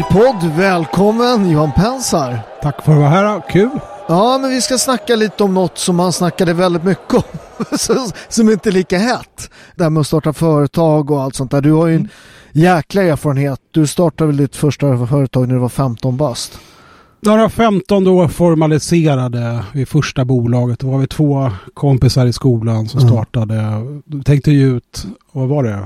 Agilpodd, välkommen Johan Pensar. Tack för att vara här, kul. Ja, men vi ska snacka lite om något som man snackade väldigt mycket om, som inte är lika hett. Det här med att starta företag och allt sånt där. Du har ju en jäkla erfarenhet. Du startade väl ditt första företag när du var 15 bast? När jag var 15 då formaliserade vi första bolaget. Då var vi 2 kompisar i skolan som startade. Tänkte ju ut, vad var det?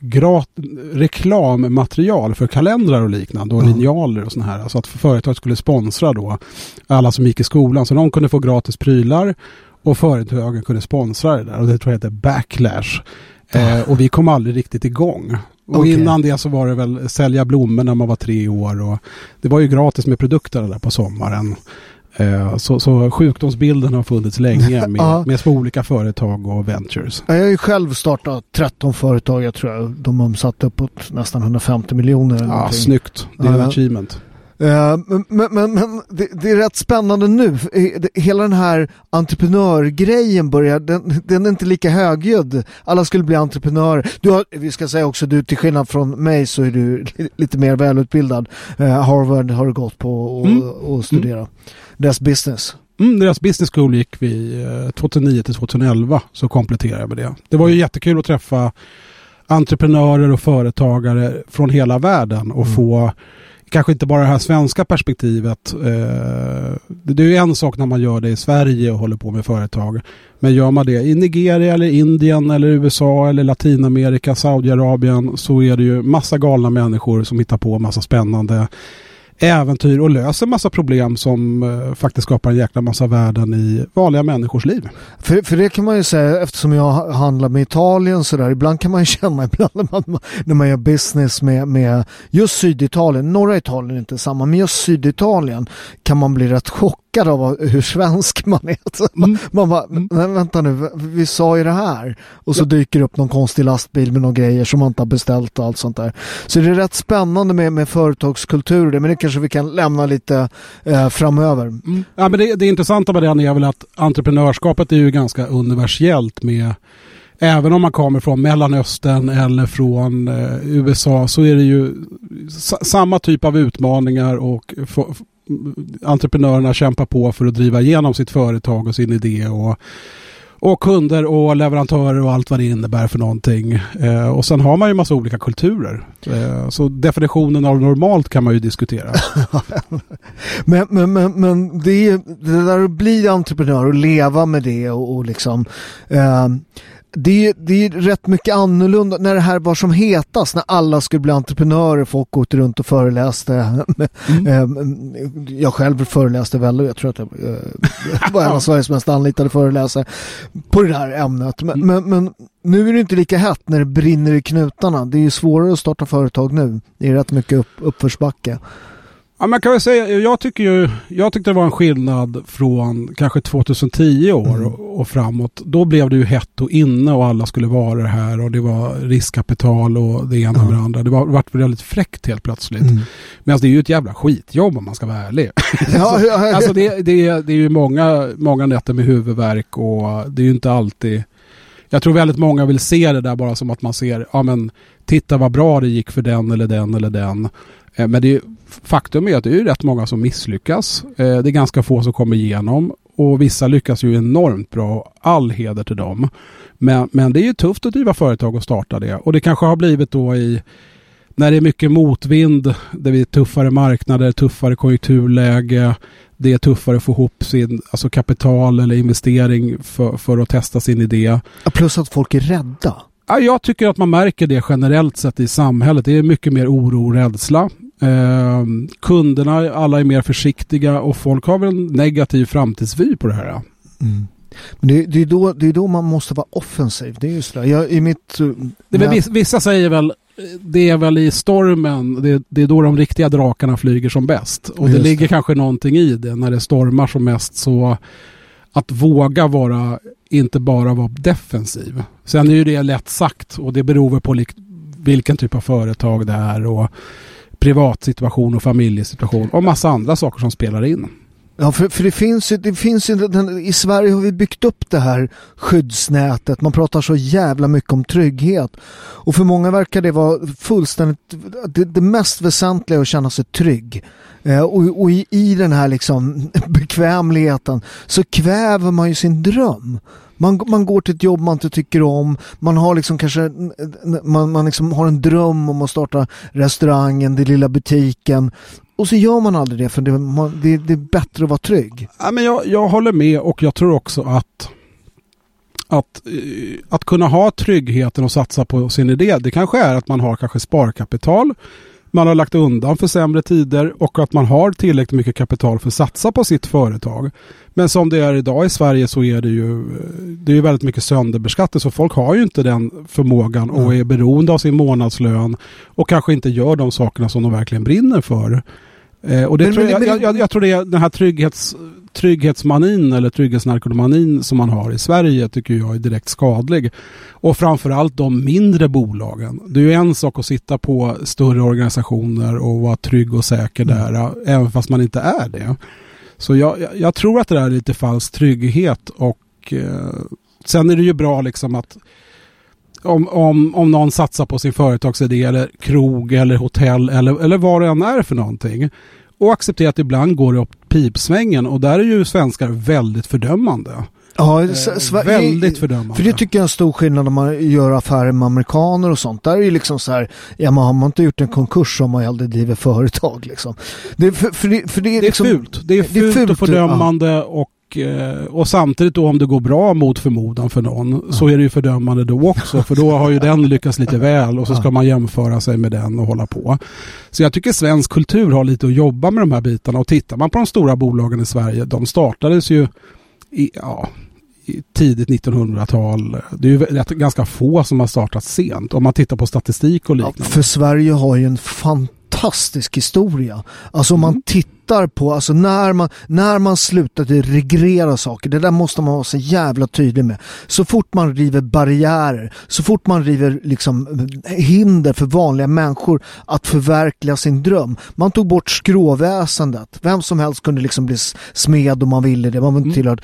Reklammaterial för kalendrar och liknande och linjaler och såna här. Så att företaget skulle sponsra då alla som gick i skolan. Så de kunde få gratis prylar och företagen kunde sponsra det där. Och det tror jag heter Backlash. Och vi kom aldrig riktigt igång. Och innan det så var det väl sälja blommor när man var 3 år. Och det var ju gratis med produkter där på sommaren. Så sjukdomsbilden har funnits länge med små olika företag och ventures. Jag har ju själv startat 13 företag, jag tror de omsatte uppåt nästan 150 miljoner. Ja, snyggt. Det är en achievement. Men det är rätt spännande nu. Hela den här entreprenörgrejen börjar, den är inte lika högljudd. Alla skulle bli entreprenörer. Vi ska säga också, du till skillnad från mig så är du lite mer välutbildad. Harvard har du gått på och studera. Deras business. Deras business school gick vi 2009 till 2011, så kompletterade jag med det. Det var ju jättekul att träffa entreprenörer och företagare från hela världen och få kanske inte bara det här svenska perspektivet. Det är ju en sak när man gör det i Sverige och håller på med företag. Men gör man det i Nigeria eller Indien eller USA eller Latinamerika, Saudiarabien, så är det ju massa galna människor som hittar på massa spännande äventyr och löser massa problem som faktiskt skapar en jäkla massa värden i vanliga människors liv. För det kan man ju säga, eftersom jag handlar med Italien så där, ibland kan man ju känna när man gör business med just Syditalien, norra Italien är inte samma, men just Syditalien kan man bli rätt chockad av hur svensk man är. Man bara, men vänta nu, vi sa ju det här. Och så dyker upp någon konstig lastbil med några grejer som man inte har beställt och allt sånt där. Så det är rätt spännande med företagskultur, men det kanske vi kan lämna lite framöver. Ja, men det intressanta med det är väl att entreprenörskapet är ju ganska universellt med, även om man kommer från Mellanöstern eller från USA, så är det ju samma typ av utmaningar och entreprenörerna kämpar på för att driva igenom sitt företag och sin idé och kunder och leverantörer och allt vad det innebär för någonting. Och sen har man ju massa olika kulturer. Så definitionen av normalt kan man ju diskutera. men det där att bli entreprenör och leva med det och liksom... Det är rätt mycket annorlunda när det här var som hetast, när alla skulle bli entreprenörer, folk åkte runt och föreläste. Jag själv föreläste väl och jag tror att jag var en av Sveriges mest anlitade föreläsare på det här ämnet. Men nu är det inte lika hett när det brinner i knutarna. Det är ju svårare att starta företag nu. Det är rätt mycket uppförsbacke. Ja, man kan väl säga, jag tyckte det var en skillnad från kanske 2010 år och framåt. Då blev det ju hett och inne och alla skulle vara det här och det var riskkapital och det ena med det andra. Det var väldigt fräckt helt plötsligt. Men det är ju ett jävla skitjobb om man ska vara ärlig. Alltså det är ju många nätter med huvudvärk och det är ju inte alltid... Jag tror väldigt många vill se det där bara som att man ser, ja men titta vad bra det gick för den eller den eller den. Men faktum är att det är ju rätt många som misslyckas. Det är ganska få som kommer igenom och vissa lyckas ju enormt bra. All heder till dem. Men det är ju tufft att driva företag och starta det. Och det kanske har blivit då när det är mycket motvind, det är tuffare marknader, tuffare konjunkturläge, det är tuffare att få ihop sin kapital eller investering för att testa sin idé. Plus att folk är rädda. Ja, jag tycker att man märker det generellt sett i samhället. Det är mycket mer oro och rädsla. Kunderna, alla är mer försiktiga och folk har väl en negativ framtidsvy på det här. Men det är då man måste vara offensiv. Det är just det. Vissa säger väl det är väl i stormen, det är då de riktiga drakarna flyger som bäst. Och det ligger kanske någonting i det när det stormar som mest, så att våga inte bara vara defensiv. Sen är ju det lätt sagt och det beror på vilken typ av företag det är och privatsituation och familjesituation och massa andra saker som spelar in. Ja, för det finns ju i Sverige har vi byggt upp det här skyddsnätet. Man pratar så jävla mycket om trygghet. Och för många verkar det vara fullständigt det mest väsentliga att känna sig trygg. Och i den här liksom bekvämligheten så kväver man ju sin dröm. Man går till ett jobb man inte tycker om. Man har liksom kanske man liksom har en dröm om att starta restaurangen, den lilla butiken. Och så gör man aldrig det för det är bättre att vara trygg. Ja, men jag håller med, och jag tror också att kunna ha tryggheten och satsa på sin idé, det kanske är att man har kanske sparkapital, man har lagt undan för sämre tider och att man har tillräckligt mycket kapital för att satsa på sitt företag. Men som det är idag i Sverige så är det är ju väldigt mycket sönderbeskattat, så folk har ju inte den förmågan och är beroende av sin månadslön och kanske inte gör de sakerna som de verkligen brinner för. Och det jag tror det är den här trygghetsmanin eller trygghetsnarkomanin som man har i Sverige tycker jag är direkt skadlig. Och framförallt de mindre bolagen. Det är ju en sak att sitta på större organisationer och vara trygg och säker där, även fast man inte är det. Så jag tror att det där är lite falsk trygghet, och sen är det ju bra liksom att om någon satsar på sin företagsidé eller krog eller hotell eller vad det än är för någonting, och acceptera att ibland går det upp pipsvängen, och där är ju svenskar väldigt fördömande. Ja, väldigt fördömande. För det tycker jag är en stor skillnad om man gör affärer med amerikaner och sånt. Där är ju liksom så här, ja, man har man inte gjort en konkurs om man aldrig driver företag liksom. Det är liksom, fult. Det är fult och fördömande, ja. Och samtidigt då om det går bra mot förmodan för någon så är det ju fördömande då också, för då har ju den lyckats lite väl och så ska man jämföra sig med den och hålla på. Så jag tycker svensk kultur har lite att jobba med de här bitarna, och tittar man på de stora bolagen i Sverige, de startades ju i tidigt 1900-tal. Det är ju ganska få som har startat sent om man tittar på statistik och liknande. Ja, för Sverige har ju en fantastisk historia. Alltså om man tittar på, alltså när man slutade reglera saker, det där måste man vara så jävla tydlig med. Så fort man river barriärer, så fort man river liksom hinder för vanliga människor att förverkliga sin dröm. Man tog bort skråväsendet. Vem som helst kunde liksom bli smed om man ville det. Man tillhörde.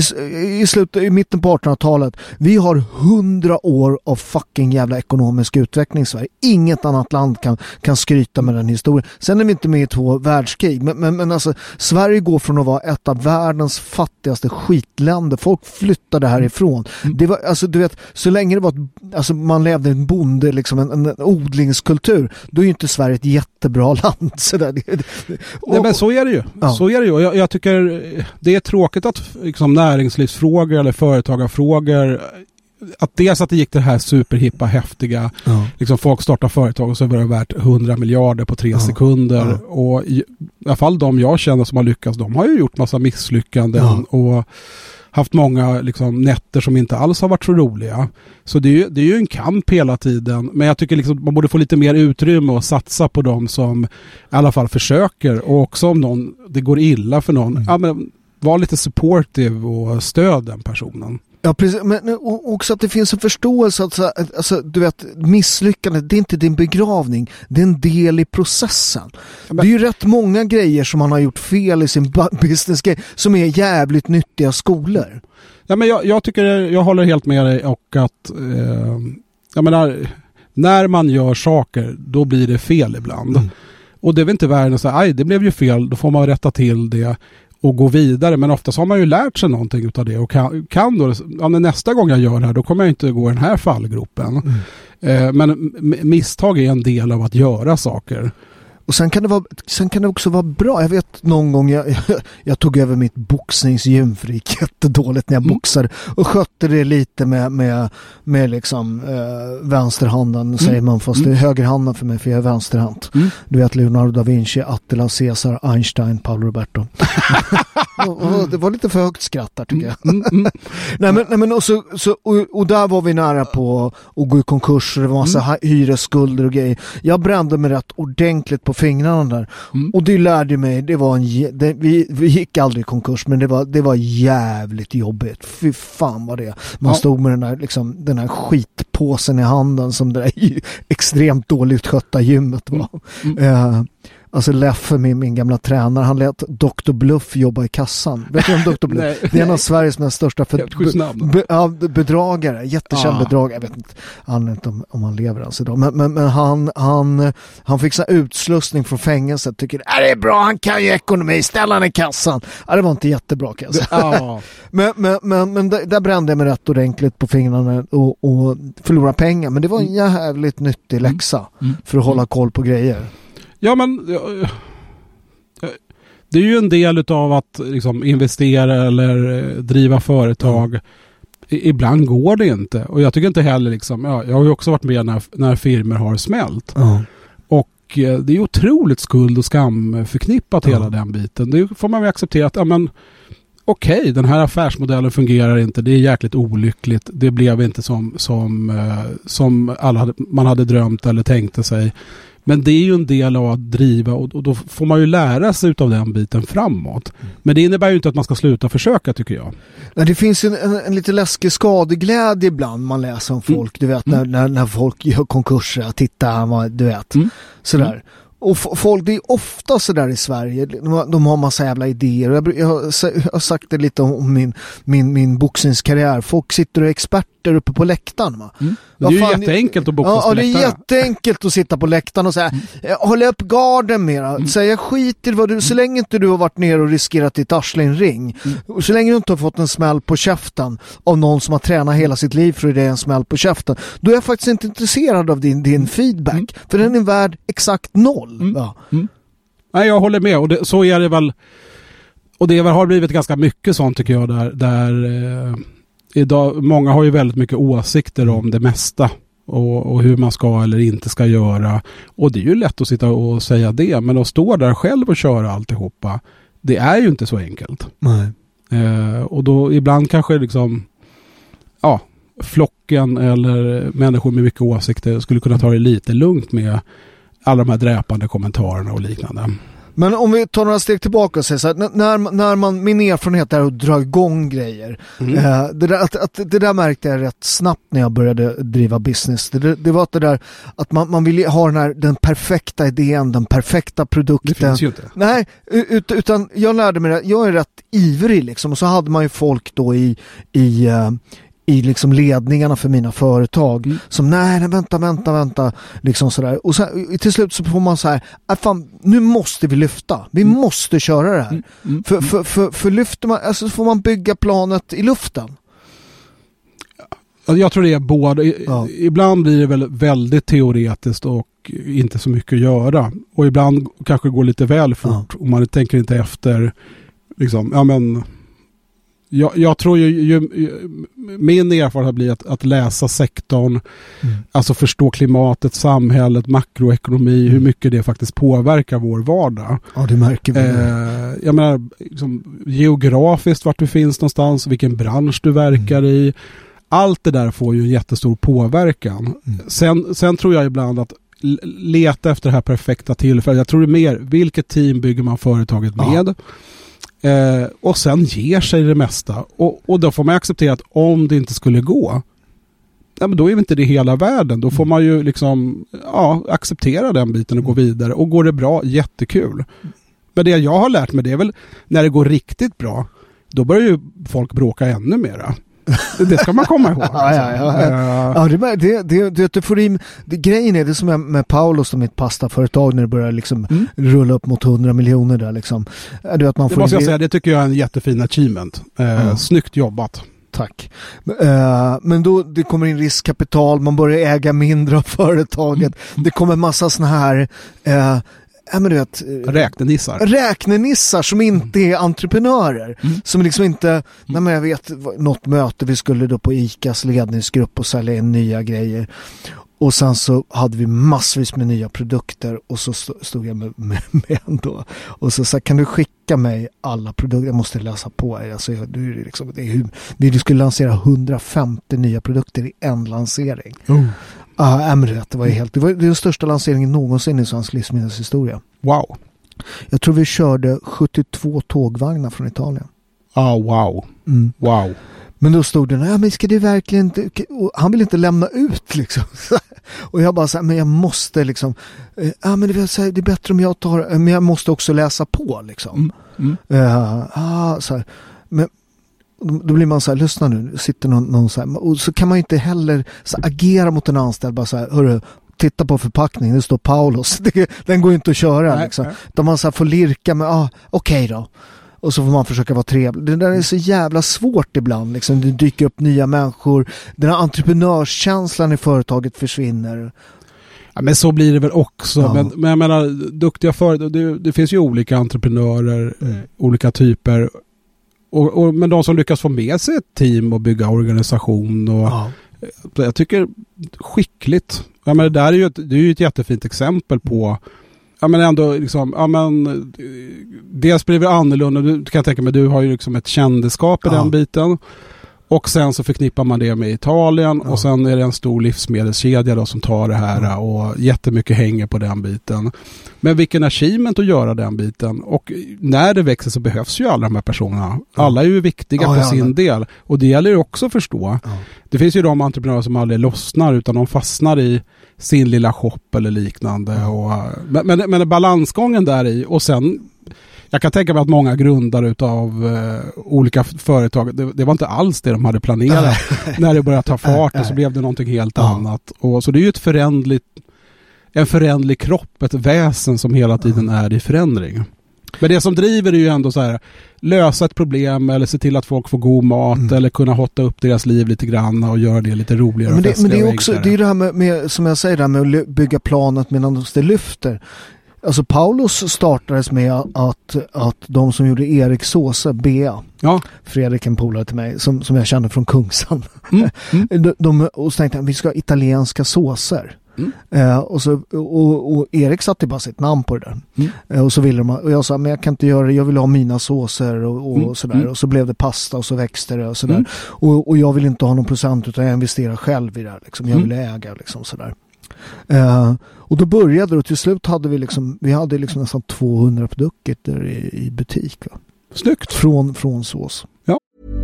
I mitten på 1800-talet, vi har 100 år av fucking jävla ekonomisk utveckling i Sverige. Inget annat land kan skryta med den historien. Sen är vi inte med i 2 världskrig, men alltså Sverige går från att vara ett av världens fattigaste skitländer. Folk flyttade härifrån. Det var, alltså du vet, så länge det var alltså man levde i en bonde, liksom en odlingskultur, då är ju inte Sverige ett jättebra land så där. Nej, men så är det ju. Ja. Så är det ju. Jag tycker det är tråkigt att liksom näringslivsfrågor eller företagarfrågor, att dels att det gick det här superhippa, häftiga, liksom folk startar företag och så var det värt 100 miljarder på 3 sekunder. Och i alla fall de jag känner som har lyckats, de har ju gjort massa misslyckanden och haft många liksom nätter som inte alls har varit så roliga. Så det är ju en kamp hela tiden. Men jag tycker liksom man borde få lite mer utrymme och satsa på dem som i alla fall försöker. Och också om det går illa för någon, men var lite supportive och stöd den personen. Ja, precis. Men också att det finns en förståelse att alltså, du vet, misslyckandet, det är inte din begravning, det är en del i processen. Det är ju rätt många grejer som man har gjort fel i sin business som är jävligt nyttiga skolor. Ja, men jag tycker, jag håller helt med dig, och att jag menar, när man gör saker, då blir det fel ibland. Och det är väl inte värre än att säga, aj, det blev ju fel, då får man rätta till det och gå vidare, men oftast har man ju lärt sig någonting av det och kan då, nästa gång jag gör det här, då kommer jag inte gå i den här fallgropen. Men misstag är en del av att göra saker. Och sen kan det också vara bra. Jag vet någon gång jag tog över mitt boxningsgym, för det gick jättedåligt när jag boxade, och skötte det lite med liksom vänsterhanden, säger man, fast det är högerhanden för mig, för jag är vänsterhand. Du vet Leonardo da Vinci, Attila, Caesar, Einstein, Paolo Roberto. Det var lite för högt skratt där, tycker jag. Nej men och där var vi nära på att gå i konkurs, det var massa hyresskulder och grejer. Jag brände mig rätt ordentligt på fingrarna där. Och det lärde mig, vi gick aldrig i konkurs, men det var jävligt jobbigt. Fy fan vad det. Man stod med den här skitpåsen i handen som det där extremt dåligt skötta gymmet var. Alltså Leffe, min gamla tränare, han lät Dr. Bluff jobba i kassan. Vet du om Dr. Bluff? Det är en av Sveriges mest största bedragare. Jättekänd bedragare. Jag vet inte om han lever ens idag. Men han fick så utslussning från fängelset. Tycker det är bra, han kan ju ekonomi. Ställa han i kassan. Det var inte jättebra kan jag säga. Men där brände jag mig rätt ordentligt på fingrarna och förlora pengar. Men det var en jävligt nyttig läxa för att hålla koll på grejer. Ja, men det är ju en del av att liksom investera eller driva företag. Ibland går det inte. Och jag tycker inte heller liksom, jag har ju också varit med när firmor har smält. Och det är otroligt skuld och skam förknippat hela den biten. Det får man väl acceptera att okej, den här affärsmodellen fungerar inte. Det är jäkligt olyckligt. Det blev inte som man hade drömt eller tänkte sig. Men det är ju en del av att driva och då får man ju lära sig av den biten framåt. Men det innebär ju inte att man ska sluta försöka, tycker jag. Nej, det finns ju en lite läskig skadeglädje ibland man läser om folk. Du vet, när folk gör konkurser. Titta, du vet. Sådär. Och folk, det är ofta så där i Sverige. De har massa jävla idéer. Jag har sagt det lite om min boxningskarriär. Folk sitter och är experter uppe på läktaren. Va? Det är ju jätteenkelt att boxas på läktaren. Ja, det är jätteenkelt att sitta på läktaren och säga håll upp garden mera. Säga skit i vad du, så länge inte du har varit ner och riskerat ditt arsle i en ring. Och så länge du inte har fått en smäll på käften av någon som har tränat hela sitt liv för att det är en smäll på käften. Då är jag faktiskt inte intresserad av din feedback. För den är värd exakt 0. Nej, jag håller med. Och så är det väl. Och det har blivit ganska mycket sånt, tycker jag, där idag, många har ju väldigt mycket åsikter om det mesta och hur man ska eller inte ska göra. Och det är ju lätt att sitta och säga det, men att stå där själv och köra alltihopa, det är ju inte så enkelt. Nej. Och då ibland kanske liksom flocken eller människor med mycket åsikter skulle kunna ta det lite lugnt med alla de här dräpande kommentarerna och liknande. Men om vi tar några steg tillbaka och säger så här, när man, min erfarenhet är att dra igång grejer. Det där märkte jag rätt snabbt när jag började driva business. Det var det där att man vill ha den perfekta idén, den perfekta produkten. Det finns ju inte. Nej, utan jag lärde mig det. Jag är rätt ivrig liksom, och så hade man ju folk då i liksom ledningarna för mina företag som nej, vänta liksom sådär. Och sen, till slut så får man så här, fan, nu måste vi lyfta. Vi måste köra det här. För lyfter man, alltså får man bygga planet i luften. Jag tror det är både. Ibland blir det väl väldigt teoretiskt och inte så mycket att göra. Och ibland kanske det går lite väl fort och man tänker inte efter liksom, jag tror ju min erfarenhet blir att läsa sektorn, alltså förstå klimatet, samhället, makroekonomi, hur mycket det faktiskt påverkar vår vardag. Ja, det märker vi. Jag menar, liksom, geografiskt vart du finns någonstans, vilken bransch du verkar i. Allt det där får ju en jättestor påverkan. Sen tror jag ibland att leta efter det här perfekta tillfället. Jag tror det är mer, vilket team bygger man företaget med? Och sen ger sig det mesta. Och då får man acceptera att om det inte skulle gå, men då är inte det hela världen. Då får man ju liksom acceptera den biten och gå vidare. Och går det bra, jättekul. Men det jag har lärt mig, det är väl när det går riktigt bra, då börjar ju folk bråka ännu mera. Det ska man komma ihåg. Det får in, grejen är det som är med Paulus och mitt pastaföretag när det börjar liksom rulla upp mot 100 miljoner där liksom. Att man det måste jag säga, det tycker jag är en jättefin achievement. Snyggt jobbat. Tack. Men då det kommer in riskkapital, man börjar äga mindre av företaget. Det kommer massa såna här men du vet, räknenissar som inte är entreprenörer, som liksom inte, men jag vet något möte vi skulle då på ICAs ledningsgrupp och sälja in nya grejer, och sen så hade vi massvis med nya produkter och så stod jag med en då och så sa, kan du skicka mig alla produkter, jag måste läsa på alltså, vi skulle lansera 150 nya produkter i en lansering. Det var den största lanseringen någonsin i svensk livsmedelshistoria. Wow. Jag tror vi körde 72 tågvagnar från Italien. Wow. Wow. Men då stod det, nej men ska du verkligen inte, han vill inte lämna ut liksom. Och jag bara så här, men jag måste liksom, men det är bättre om jag tar, men jag måste också läsa på liksom. Så här. Men då blir man så här, lyssna nu, sitter någon så här, och så kan man ju inte heller så här, agera mot en anställd, bara så här, hörru, titta på förpackningen, det står Paulos, den går ju inte att köra liksom. Utan man så här får lirka med, okej då. Och så får man försöka vara trevlig. Det där är så jävla svårt ibland. Liksom. Det dyker upp nya människor. Den här entreprenörskänslan i företaget försvinner. Ja, men så blir det väl också. Ja. Men jag menar, duktiga företag, det finns ju olika entreprenörer, olika typer. Men de som lyckas få med sig ett team och bygga organisation. Och jag tycker skickligt. Ja, men det där är ju ett jättefint exempel på. Ja, men ändå liksom, dels blir det annorlunda. Du kan tänka mig, du har ju liksom ett kändeskap i den biten. Och sen så förknippar man det med Italien och sen är det en stor livsmedelskedja då som tar det här och jättemycket hänger på den biten. Men vilken achievement att göra den biten. Och när det växer så behövs ju alla de här personerna. Alla är ju viktiga på sin del. Och det gäller ju också att förstå. Det finns ju de entreprenörer som aldrig lossnar utan de fastnar i sin lilla shop eller liknande. Men balansgången där i och sen jag kan tänka mig att många grundare utav olika företag, det var inte alls det de hade planerat när det började ta fart och så blev det någonting helt annat. Och så det är ju en förändlig kropp, ett väsen som hela tiden är i förändring. Men det som driver är ju ändå så här, lösa ett problem eller se till att folk får god mat eller kunna hotta upp deras liv lite grann och göra det lite roligare. Men det är också det är det här med som jag säger, det här med att bygga planet medan det lyfter. Alltså Paulos startades med att de som gjorde Erik såser, Bea, Fredrik en polare till mig som jag kände från Kungsan. Och så tänkte jag, vi ska ha italienska såser. Och Erik satte bara sitt namn på det där. Och så ville de, och jag sa, men jag kan inte göra det, jag vill ha mina såser och sådär. Och så blev det pasta och så växte det och sådär. Och jag vill inte ha någon procent utan jag investerar själv i det här, liksom. Jag vill äga liksom sådär. Och då började det och till slut hade vi hade nästan 200 produkter i butik. Va? Snyggt. Från sås. Ja.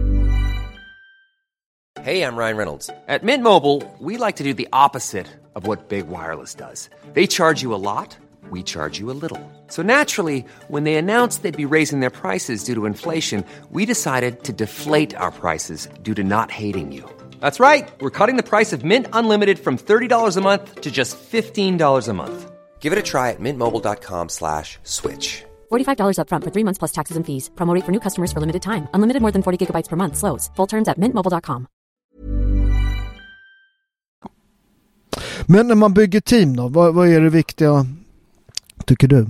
Hey, I'm Ryan Reynolds. At Mint Mobile, we like to do the opposite of what Big Wireless does. They charge you a lot, we charge you a little. So naturally, when they announced they'd be raising their prices due to inflation, we decided to deflate our prices due to not hating you. That's right. We're cutting the price of Mint Unlimited from $30 a month to just $15 a month. Give it a try at mintmobile.com/switch. $45 up front for 3 months plus taxes and fees. Promo rate for new customers for limited time. Unlimited more than 40 gigabytes per month. Slows full terms at mintmobile.com. Men när man bygger team då, vad är det viktiga tycker du?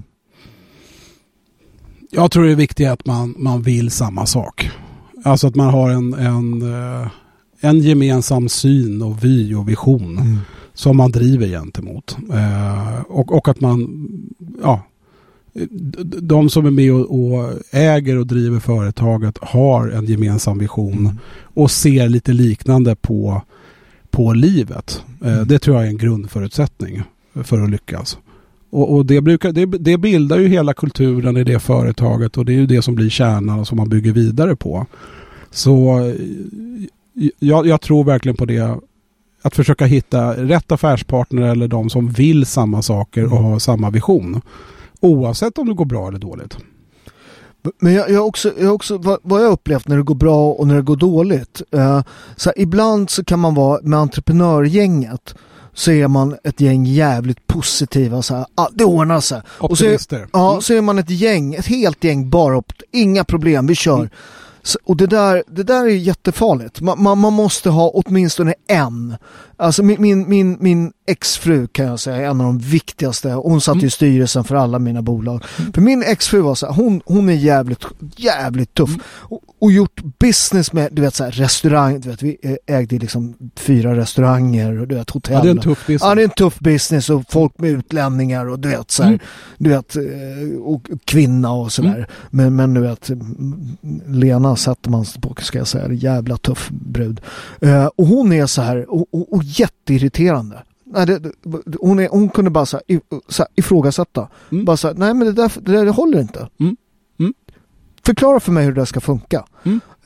Jag tror det är viktigt att man vill samma sak. Alltså att man har en gemensam syn och vy och vision som man driver gentemot. Och att man, de som är med och äger och driver företaget har en gemensam vision och ser lite liknande på livet. Det tror jag är en grundförutsättning för att lyckas. Och det bildar ju hela kulturen i det företaget och det är ju det som blir kärnan som man bygger vidare på. Så jag tror verkligen på det. Att försöka hitta rätt affärspartner eller de som vill samma saker och har samma vision. Oavsett om det går bra eller dåligt. Men jag också vad jag upplevt när det går bra och när det går dåligt. Så här, ibland så kan man vara med entreprenörgänget så är man ett gäng jävligt positiva så här, det ordnar sig. Optimister. Så är man ett helt gäng bara inga problem, vi kör. Och det där är jättefarligt. Man måste ha åtminstone en. Alltså min exfru kan jag säga är en av de viktigaste. Hon satt i styrelsen för alla mina bolag. För min exfru var så här, hon är jävligt tuff. Och gjort business med, du vet så här, restaurang, du vet, vi ägde liksom 4 restauranger och du vet hotell. Ja, det är en tuff business. Ja, det är en tuff business och folk med utlänningar och du vet så här, du vet och kvinna och så där. Men du vet Lena sätter man på, ska jag säga, jävla tuff brud. Och hon är så här och jätteirriterande. Nej, hon kunde bara så här ifrågasätta. Bara så här, nej men det där håller inte. Förklara för mig hur det där ska funka.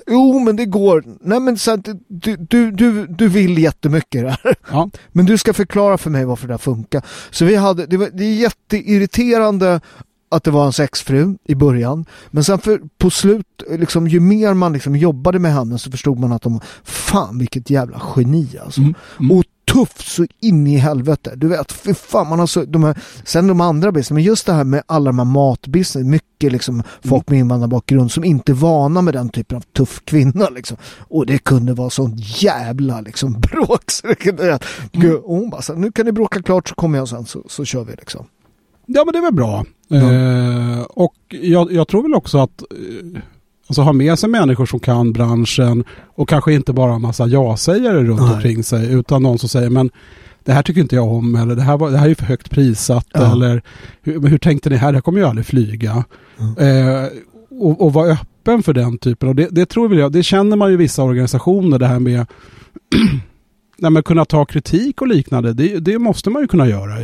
Jo, men det går. Nej, men så att du vill jättemycket där. Ja. Men du ska förklara för mig varför det funkar. Så det är jätteirriterande att det var hans exfru i början. Men sen på slut, liksom, ju mer man liksom jobbade med henne så förstod man att fan vilket jävla geni alltså. Och tuff så in i helvete. Du vet, för fan, man har så, sen de andra business, men just det här med alla de här matbusiness, mycket liksom folk med invandrarbakgrund som inte är vana med den typen av tuff kvinna liksom. Och det kunde vara sån jävla liksom bråk. Så hon bara, så, nu kan ni bråka klart så kommer jag sen så kör vi liksom. Ja, men det var bra. Och jag tror väl också att alltså ha med sig människor som kan branschen och kanske inte bara en massa ja-sägare runt omkring sig, utan någon som säger, men det här tycker inte jag om, eller det här är ju för högt prissatt, eller hur tänkte ni här? Det här kommer ju aldrig flyga. Och vara öppen för den typen. Och det tror väl jag, det känner man ju i vissa organisationer, det här med när man kunna ta kritik och liknande, det måste man ju kunna göra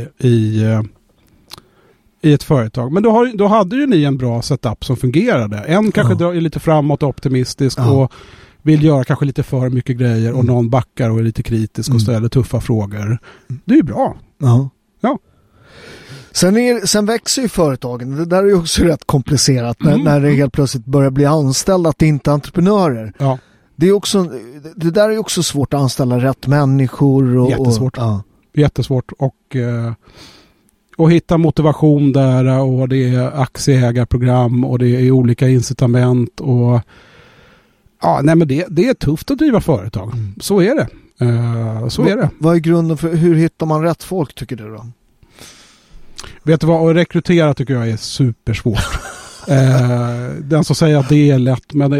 i ett företag. Men då hade ju ni en bra setup som fungerade. En kanske är lite framåt och optimistisk och vill göra kanske lite för mycket grejer och någon backar och är lite kritisk och ställer tuffa frågor. Det är ju bra. Ja. Sen växer ju företagen. Det där är ju också rätt komplicerat när det helt plötsligt börjar bli anställda, att det inte är entreprenörer. Ja. Det där är ju också svårt att anställa rätt människor. Jättesvårt. Jättesvårt. Och hitta motivation där, och det är aktieägarprogram och det är olika incitament och men det är tufft att driva företag. Så är det. Är det. Vad är grunden för hur hittar man rätt folk, tycker du då? Vet du vad, att rekrytera tycker jag är supersvårt. Den som säger att det är lätt, men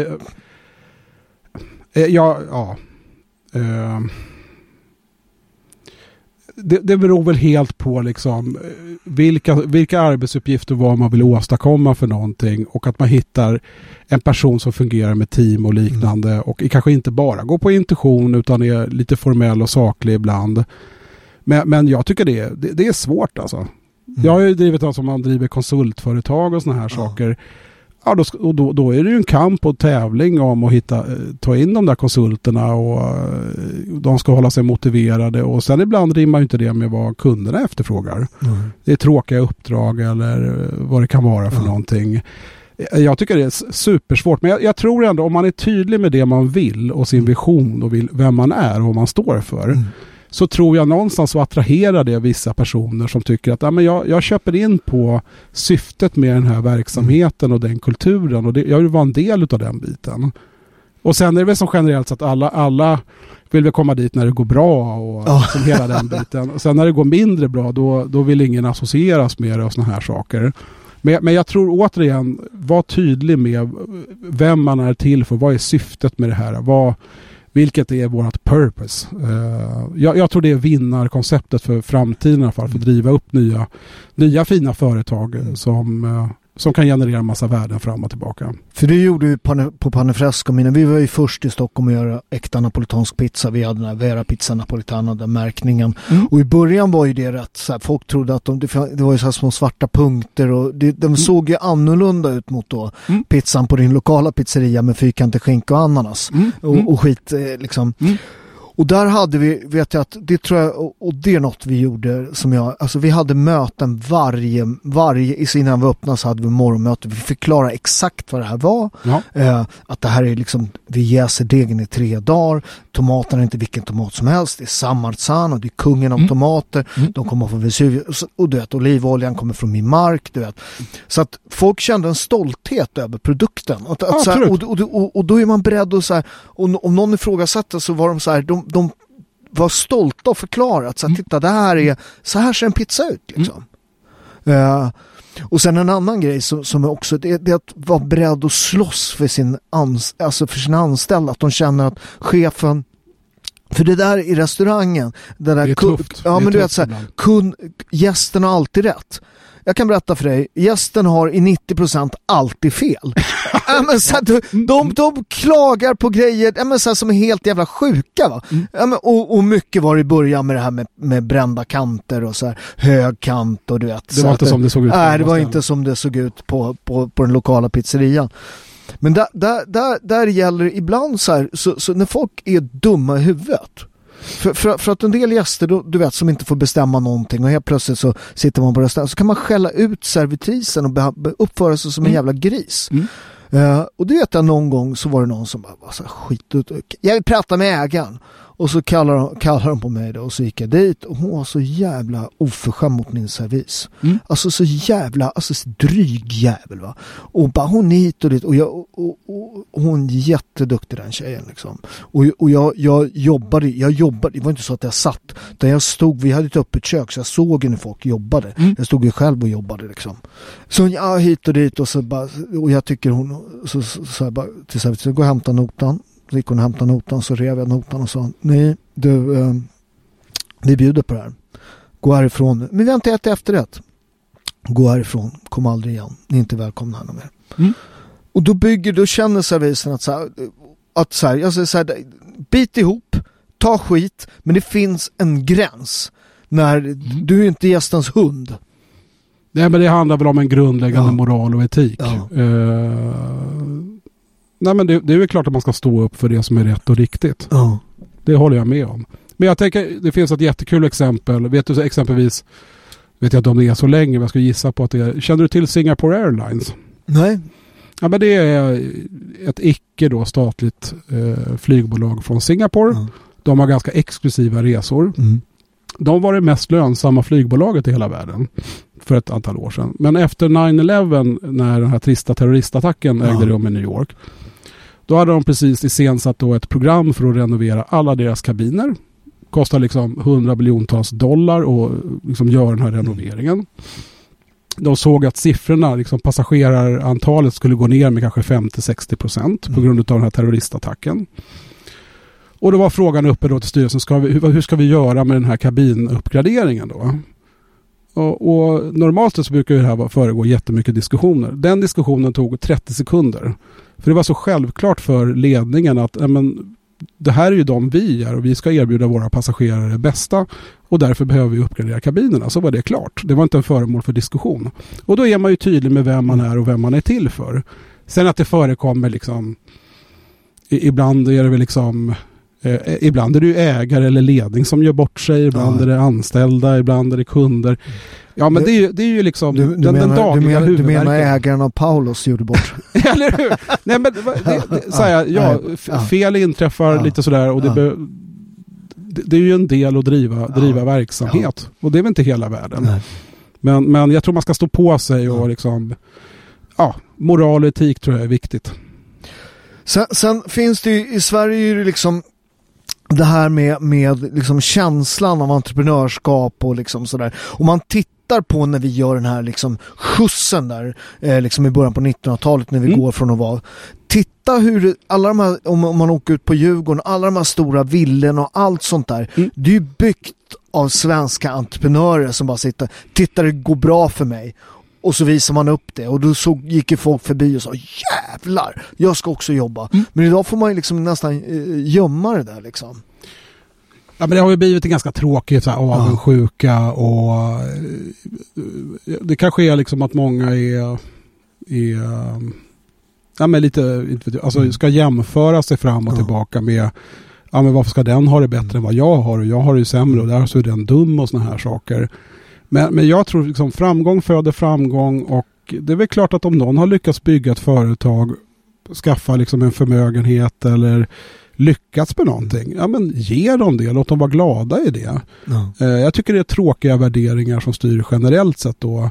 det beror väl helt på liksom vilka arbetsuppgifter vad man vill åstadkomma för någonting, och att man hittar en person som fungerar med team och liknande och kanske inte bara går på intuition utan är lite formell och saklig ibland. Men jag tycker det är svårt alltså. Jag har ju drivit, alltså, man driver konsultföretag och såna här saker. Ja, då är det ju en kamp och tävling om att ta in de där konsulterna, och de ska hålla sig motiverade, och sen ibland rimmar ju inte det med vad kunderna efterfrågar. Det är tråkiga uppdrag eller vad det kan vara för någonting. Jag tycker det är supersvårt, men jag tror ändå om man är tydlig med det man vill och sin vision och vem man är och vad man står för, så tror jag någonstans att attraherar det vissa personer som tycker att jag köper in på syftet med den här verksamheten och den kulturen, och jag vill vara en del av den biten. Och sen är det väl som generellt så att alla vill väl komma dit när det går bra och som hela den biten. Och sen när det går mindre bra, då vill ingen associeras med det och såna här saker. Men jag tror återigen, var tydlig med vem man är till för, vad är syftet med det här, vilket är vårt purpose. Jag tror det är vinnarkonceptet för framtiden i alla fall, för att driva upp nya fina företag som kan generera en massa värden fram och tillbaka. För det gjorde vi på Panefresco. Vi var ju först i Stockholm att göra äkta napolitansk pizza. Vi hade den här Vera Pizza Napolitana, den märkningen. Och i början var ju det rätt så här, folk trodde att det var ju så här små svarta punkter, och de såg ju annorlunda ut mot då pizzan på din lokala pizzeria med fyrkantig skinka och ananas och skit liksom. Och där hade vi, vet jag att det tror jag, och det är något vi gjorde vi hade möten varje i sin vi öppnade, så hade vi morgonmöte. Vi förklarade exakt vad det här var. Att det här är liksom, vi jäser degen i 3 dagar. Tomaterna är inte vilken tomat som helst. Det är San Marzano, det är kungen av tomater. De kommer från Vesuvius, och du vet, olivoljan kommer från min mark, du vet. Så att folk kände en stolthet över produkten. Och då är man beredd att så här, och om någon ifrågasatte, så var de så här, de var stolta och förklarat så att titta, det här är så här ser en pizza ut liksom. Och sen en annan grej som är också det är att vara beredd att slåss för för sina anställda, att de känner att chefen, för det där i restaurangen, det är tufft. Ja, men du vet så här, gästen har alltid rätt. Jag kan berätta för dig, gästen har i 90% alltid fel. Men så här, de klagar på grejer så här, som är helt jävla sjuka, va? Och mycket var i början med det här med brända kanter och så här, hög kant, och du vet. Det var inte som det såg ut. Nej, det var inte som det såg ut på den lokala pizzerian. Men där gäller ibland så här, så när folk är dumma i huvudet. För att en del gäster, du vet, som inte får bestämma någonting och helt plötsligt så sitter man på restaurang, så kan man skälla ut servitrisen och uppföra sig som en jävla gris. Och det vet jag, någon gång så var det någon som bara var så här, skit ut. Jag vill prata med ägaren. Och så kallar de på mig då, och så gick jag dit och hon var så jävla oförskämd mot min servis. Alltså så jävla, alltså så dryg jävel, va. Och bara hon hit och dit och hon är jätteduktig, den tjejen liksom. Och jag jobbade, det var inte så att jag satt, utan jag stod, vi hade ett öppet kök så jag såg när folk jobbade. Jag stod ju själv och jobbade liksom. Så ja, hit och dit och så bara, och jag tycker hon så jag bara till servitrisen, gå och hämta notan. Så gick hon och hämtade notan, så rev jag notan och sa, nej, vi bjuder på det här. Gå härifrån. Men vi har inte ätit efterrätt. Gå härifrån, kom aldrig igen. Ni är inte välkomna här mer. Och då känner servisen att så här, jag säger så här, bit ihop, ta skit, men det finns en gräns när du är inte gästens hund. Nej, men det handlar väl om en grundläggande moral och etik. Ja. Nej, men det är väl klart att man ska stå upp för det som är rätt och riktigt. Ja. Det håller jag med om. Men jag tänker, det finns ett jättekul exempel. Vet du exempelvis, vet jag att de är så länge, men jag ska gissa på att det är, känner du till Singapore Airlines? Nej. Ja, men det är ett icke då statligt flygbolag från Singapore. De har ganska exklusiva resor. De var det mest lönsamma flygbolaget i hela världen för ett antal år sedan. Men efter 9/11, när den här trista terroristattacken ägde rum i New York, då hade de precis iscensatt då ett program för att renovera alla deras kabiner. Kostar liksom $100 miljoner och liksom gör den här renoveringen. De såg att siffrorna, liksom passagerarantalet, skulle gå ner med kanske 50-60% på grund av den här terroristattacken. Och då var frågan uppe då till styrelsen, hur ska vi göra med den här kabinuppgraderingen då? Och normalt så brukar det här föregå jättemycket diskussioner. Den diskussionen tog 30 sekunder. För det var så självklart för ledningen att det här är ju de vi är och vi ska erbjuda våra passagerare det bästa och därför behöver vi uppgradera kabinerna. Så var det klart. Det var inte en föremål för diskussion. Och då är man ju tydlig med vem man är och vem man är till för. Sen att det förekommer liksom, ibland är det väl liksom, ibland är det ju ägare eller ledning som gör bort sig, ibland är det anställda, ibland är det kunder. Ja, men det är ju liksom den dagliga huvudvärken. Du menar ägaren av Paulus gjorde bort? Eller hur? Nej, men fel inträffar lite sådär och det är ju en del att driva verksamhet. Och det är väl inte hela världen. Men jag tror man ska stå på sig och liksom, moral och etik tror jag är viktigt. Sen finns det ju i Sverige ju liksom det här med liksom känslan av entreprenörskap och liksom sådär. Och man tittar på när vi gör den här liksom skjutsen där liksom i början på 1900-talet när vi går från att vara. Titta hur alla de här, om man åker ut på Djurgården, alla de här stora villorna och allt sånt där. Det är ju byggt av svenska entreprenörer som bara sitter, titta det går bra för mig. Och så visar man upp det. Och då gick ju folk förbi och sa, jävlar, jag ska också jobba. Men idag får man ju liksom nästan gömma det där liksom. Ja, men det har ju blivit en ganska tråkig avundsjuka och det kanske är liksom att många är men lite, alltså ska jämföra sig fram och tillbaka med, men varför ska den ha det bättre än vad jag har och jag har det ju sämre och där så är den dum och såna här saker. Men jag tror liksom framgång föder framgång och det är väl klart att om någon har lyckats bygga ett företag, skaffa liksom en förmögenhet eller lyckats med någonting, men ge dem det, låt dem vara glada i det. Jag tycker det är tråkiga värderingar som styr generellt sett då.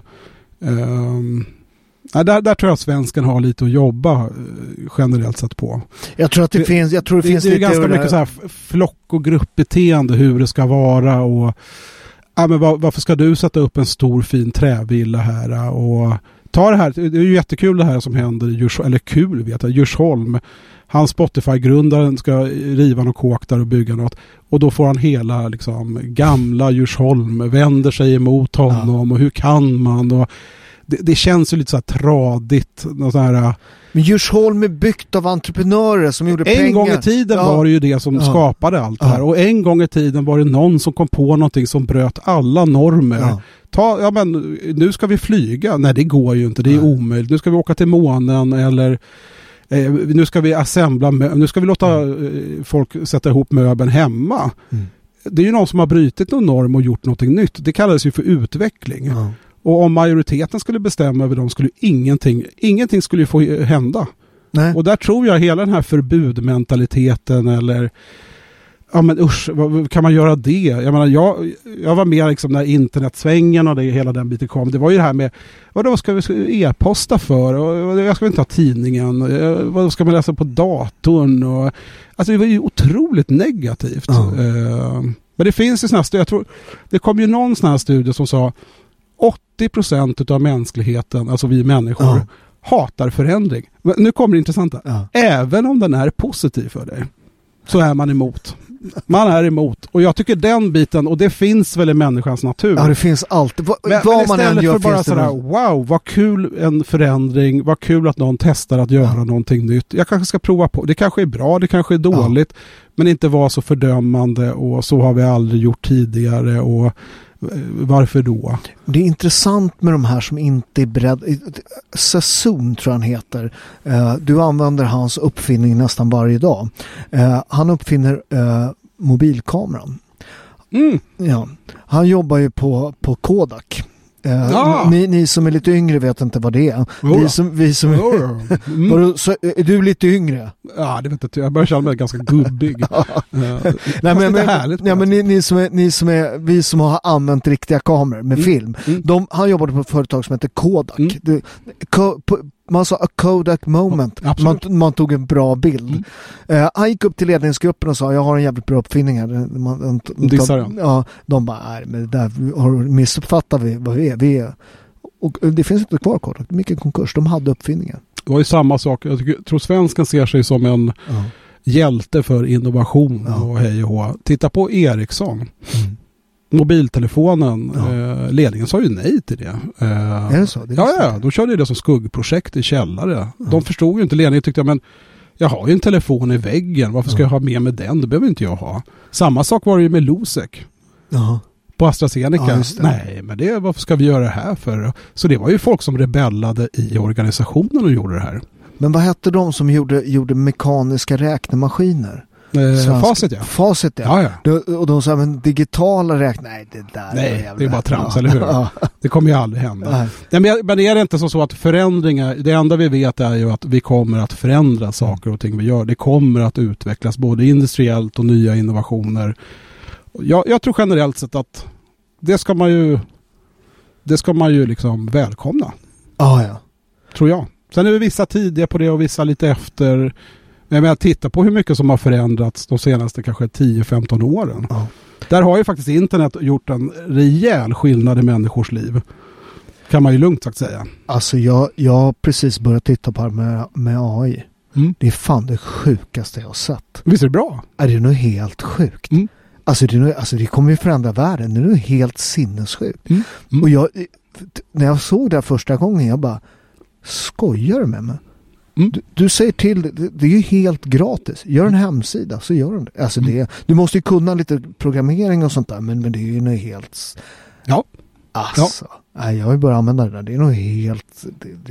Där tror jag att svensken har lite att jobba generellt sett på. Jag tror att det finns det är ganska mycket så här flock- och gruppbeteende hur det ska vara och men varför ska du sätta upp en stor fin trävilla här och ta det här, det är ju jättekul det här som händer i Djursholm. Han Spotify-grundaren ska riva något kåk där och bygga något och då får han hela liksom gamla Djursholm vänder sig emot honom och hur kan man och det känns ju lite så här tradigt något så här. Men Djursholm är byggt av entreprenörer som gjorde pengar. En gång i tiden var det ju det som skapade allt det här. Och en gång i tiden var det någon som kom på någonting som bröt alla normer. Nu ska vi flyga. Nej, det går ju inte. Det är omöjligt. Nu ska vi åka till månen eller Nu ska vi assembla, nu ska vi låta folk sätta ihop möbeln hemma. Det är ju någon som har brutit någon norm och gjort någonting nytt. Det kallas ju för utveckling. Och om majoriteten skulle bestämma över dem skulle ingenting skulle ju få hända. Nej. Och där tror jag hela den här förbudmentaliteten eller ja men usch, kan man göra det? Jag menar, jag var med liksom när internetsvängen och hela den biten kom. Det var ju det här med, vad ska vi e-posta för? Och jag ska inte ha tidningen. Vad ska man läsa på datorn? Och, alltså det var ju otroligt negativt. Men det finns ju sådana här, jag tror, det kom ju någon sån här studie som sa 80% av mänskligheten, alltså vi människor, hatar förändring. Men nu kommer det intressanta. Även om den är positiv för dig så är man emot. Man är emot. Och jag tycker den biten, och det finns väl i människans natur. Ja, det finns alltid. Men man än gör för bara sådär, wow, vad kul en förändring, vad kul att någon testar att göra någonting nytt. Jag kanske ska prova på. Det kanske är bra, det kanske är dåligt, men inte vara så fördömande och så har vi aldrig gjort tidigare och varför då? Det är intressant med de här som inte är beredda. Sassoon tror han heter. Du använder hans uppfinning nästan varje dag. Han uppfinner mobilkameran. Ja. Han jobbar ju på Kodak. Ni som är lite yngre vet inte vad det är. Vi som så, är du lite yngre? Ja, det vet inte. Jag börjar känna mig ganska gubbig. Nej, men vi som har använt riktiga kameror med film. Han jobbade på ett företag som heter Kodak. Man sa a Kodak moment. Man tog en bra bild. Han gick upp till ledningsgruppen och sa, jag har en jävligt bra uppfinning här. De bara, nej, men det där har missuppfattat vad vi är. Och det finns inte kvar Kodak. Mycket konkurs. De hade uppfinningen. Det var ju samma sak. Jag tror svenskan ser sig som en hjälte för innovation och hej och hå. Titta på Ericsson. Mobiltelefonen, ledningen sa ju nej till det. Är det så? De körde det som skuggprojekt i källare. De förstod ju inte, ledningen tyckte, men jag har ju en telefon i väggen, varför ska jag ha med mig den? Det behöver inte jag ha. Samma sak var det ju med Losec. På AstraZeneca. Nej, men varför ska vi göra det här för? Så det var ju folk som rebellade i organisationen och gjorde det här. Men vad hette de som gjorde mekaniska räknemaskiner? Facit, ja. Och de sa, men digitala nej, det är bara trams, eller hur? Det kommer ju aldrig hända. Men är det inte så att förändringar, det enda vi vet är ju att vi kommer att förändra saker och ting vi gör. Det kommer att utvecklas både industriellt och nya innovationer. Jag tror generellt sett att det ska man ju liksom välkomna. Tror jag. Sen är det vissa tidiga på det och vissa lite efter. Men jag tittar på hur mycket som har förändrats de senaste kanske 10-15 åren. Där har ju faktiskt internet gjort en rejäl skillnad i människors liv. Kan man ju lugnt sagt säga. Alltså jag har precis börjat titta på det med AI. Det är fan det sjukaste jag har sett. Visst är det bra? Är det nog helt sjukt? Alltså det kommer ju förändra världen. Det är nog helt sinnessjukt. Och när jag såg det första gången, jag bara, skojar du med mig? Du säger till, det är ju helt gratis. Gör en hemsida så gör den det. Alltså du måste ju kunna lite programmering och sånt där, men det är ju nog helt... Ja. Alltså, nej, jag vill bara använda det där. Det är nog helt...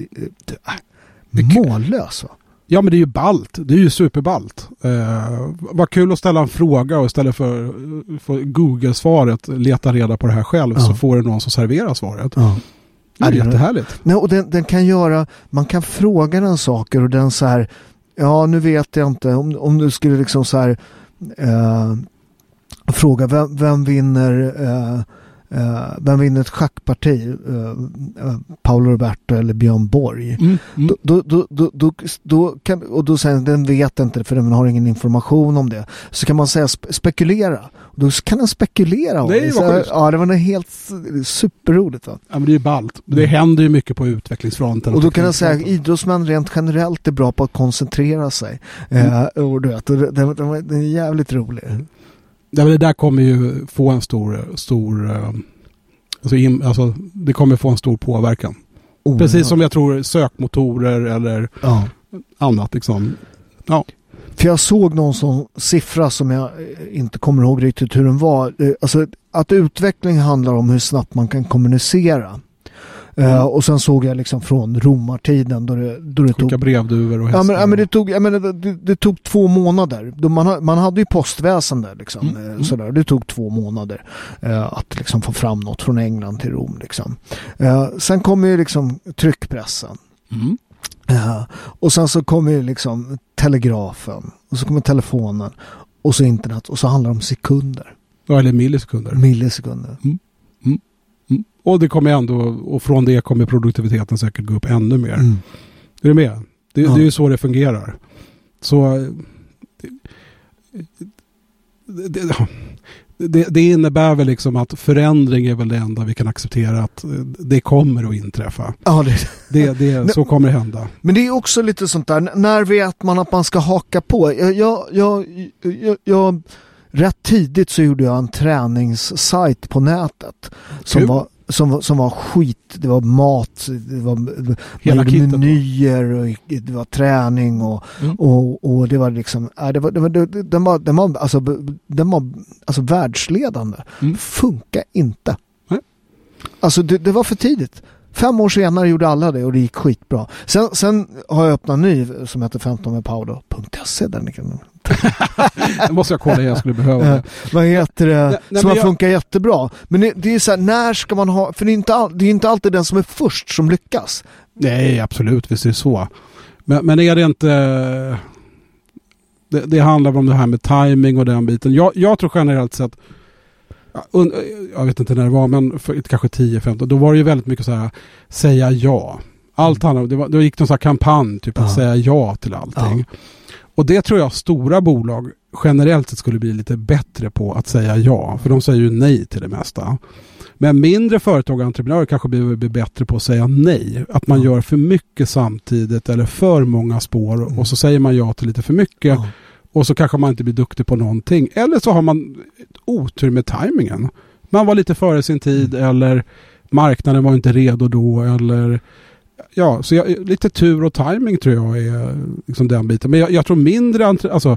mållöst. Ja, men det är ju ballt. Det är ju superballt. Vad kul att ställa en fråga och istället för Google-svaret leta reda på det här själv så får det någon som serverar svaret. Det är jättehärligt. Nej, och den kan göra, man kan fråga den saker och den så här, ja nu vet jag inte, om du skulle liksom så här fråga vem vinner ett schackparti, Paolo Roberto eller Björn Borg. Då säger den vet inte för den har ingen information om det. Så kan man säga spekulera. Då kan den spekulera om det. Det var helt superroligt. Va? Ja, men det är ju ballt. Det händer ju mycket på utvecklingsfronten. Och då kan jag säga att idrottsmän rent generellt är bra på att koncentrera sig. Och du vet, det är jävligt roligt. Det där kommer ju få en stor alltså det kommer få en stor påverkan. Precis som jag tror sökmotorer eller annat liksom. Ja. För jag såg någon sån siffra som jag inte kommer ihåg riktigt hur den var. Alltså att utveckling handlar om hur snabbt man kan kommunicera. Och sen såg jag liksom från romartiden då det tog brevduvor och hästar. Det tog 2 månader. Man hade ju postväsende liksom, sådär. Det tog 2 månader att liksom få fram något från England till Rom liksom. Sen kommer ju liksom tryckpressen. Och sen så kommer ju liksom telegrafen och så kommer telefonen och så internet och så handlar det om sekunder. Eller millisekunder. Och det kommer ändå, och från det kommer produktiviteten säkert gå upp ännu mer. Är du med? Det är ju så det fungerar. Så det innebär väl liksom att förändring är väl det enda vi kan acceptera, att det kommer att inträffa. Ja, så kommer det hända. Men det är också lite sånt där, när vet man att man ska haka på? Jag rätt tidigt så gjorde jag en träningssajt på nätet som var skit. Det var mat, det var menyer och det var träning och det var liksom den var alltså världsledande. Funkar inte. Alltså det var för tidigt. 5 år senare gjorde alla det och det gick skitbra. Sen har jag öppnat en ny som heter 15mepaudo.se. Det måste jag kolla, jag skulle behöva det. Vad heter det? Som har funkat jättebra. Men det är så här, när ska man ha, för det är inte alltid den som är först som lyckas. Nej, absolut, visst är det så. Men är det inte, det handlar om det här med timing och den biten. Jag tror generellt sett, jag vet inte när det var, men för kanske 10-15, då var det ju väldigt mycket så här, säga ja. Allt handlade, då gick det en sån här kampanj typ att säga ja till allting. Och det tror jag stora bolag generellt sett skulle bli lite bättre på att säga ja, för de säger ju nej till det mesta. Men mindre företag och entreprenörer kanske blir bättre på att säga nej. Att man gör för mycket samtidigt eller för många spår och så säger man ja till lite för mycket. Och så kanske man inte blir duktig på någonting. Eller så har man otur med tajmingen. Man var lite före sin tid eller marknaden var inte redo då. Eller ja, så lite tur och timing tror jag är liksom den biten. Men jag tror mindre, alltså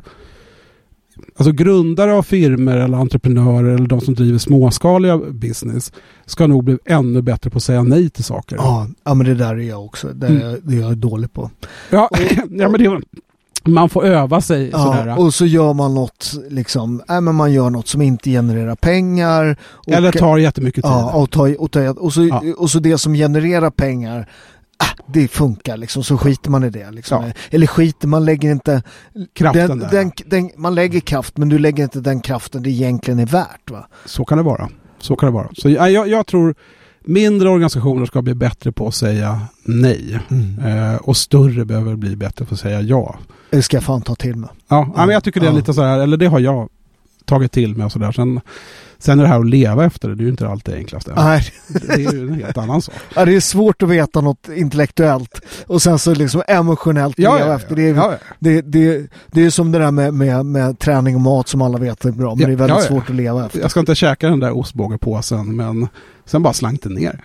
grundare av firmor eller entreprenörer eller de som driver småskaliga business ska nog bli ännu bättre på att säga nej till saker. Ja men det där är jag också. Det är jag dålig på. Ja, men det är man får öva sig sådär. Och så gör man något liksom, men man gör något som inte genererar pengar eller tar jättemycket tid. Ja, och så det som genererar pengar, det funkar liksom, så skiter man i det liksom. Ja. Eller man lägger inte kraften där. Man lägger kraft, men du lägger inte den kraften det egentligen är värt, va? Så kan det vara. Så jag tror mindre organisationer ska bli bättre på att säga nej. Och större behöver bli bättre på att säga ja. Det ska jag fan ta till mig. Ja, men jag tycker det är lite så här, eller det har jag tagit till mig och sådär. Sen är det här att leva efter det är ju inte alltid enklast. Nej. Det är ju en helt annan sak. Ja, det är svårt att veta något intellektuellt och sen så liksom emotionellt leva efter. Det är som det där med träning och mat som alla vet är bra, men det är väldigt svårt att leva efter. Jag ska inte käka den där ostbågepåsen, men sen bara slank det ner.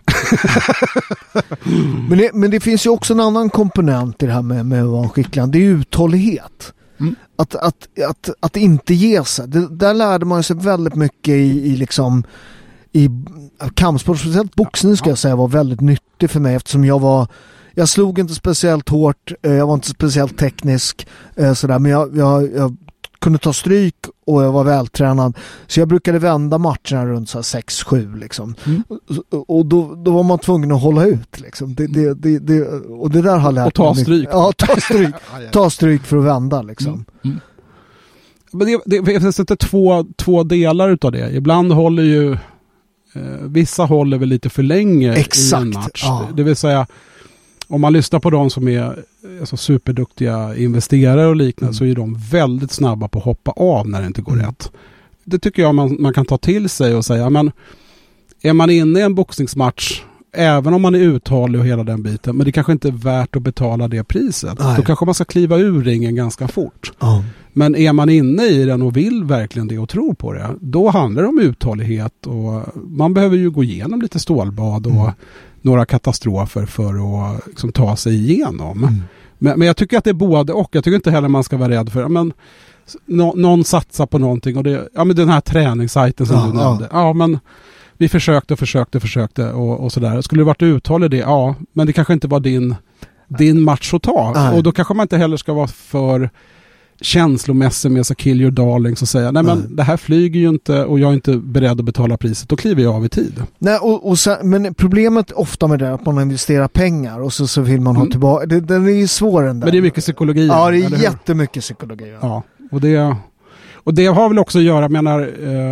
Men det finns ju också en annan komponent i det här med att vara en skicklig. Det är uthållighet. Att inte ge sig. Där lärde man sig väldigt mycket i kampsport, speciellt boxning ska jag säga var väldigt nyttig för mig, eftersom jag slog inte speciellt hårt, jag var inte speciellt teknisk sådär, men jag kunde ta stryk och jag var vältränad, så jag brukade vända matcherna runt så 6-7 liksom. Och då var man tvungen att hålla ut liksom. Och det där har lärt och ta stryk. Ja, ta stryk för att vända liksom. Men det finns inte två delar utav det. Ibland håller ju vissa håller väl lite för länge. Exakt, i en match. Det vill säga, om man lyssnar på de som är alltså superduktiga investerare och liknande, så är de väldigt snabba på att hoppa av när det inte går rätt. Det tycker jag man kan ta till sig och säga, men är man inne i en boxningsmatch, även om man är uthållig och hela den biten, men det kanske inte är värt att betala det priset. Då kanske man ska kliva ur ringen ganska fort. Men är man inne i den och vill verkligen det och tror på det, då handlar det om uthållighet och man behöver ju gå igenom lite stålbad och några katastrofer för att liksom ta sig igenom. Men jag tycker att det är både och. Jag tycker inte heller man ska vara rädd för någon satsar på någonting och men den här träningssajten som du nämnde. Ja, men vi försökte och sådär. Skulle det varit uthållig det? Ja, men det kanske inte var din match att ta. Nej. Och då kanske man inte heller ska vara för känslomässig med så kill your darlings och säga nej men det här flyger ju inte och jag är inte beredd att betala priset. Då kliver jag av i tid. Nej, men problemet ofta med det är att man investerar pengar och så vill man ha tillbaka. Den är ju svår den där. Men det är mycket psykologi. Ja, det är jättemycket psykologi. Ja, och det har väl också att göra, menar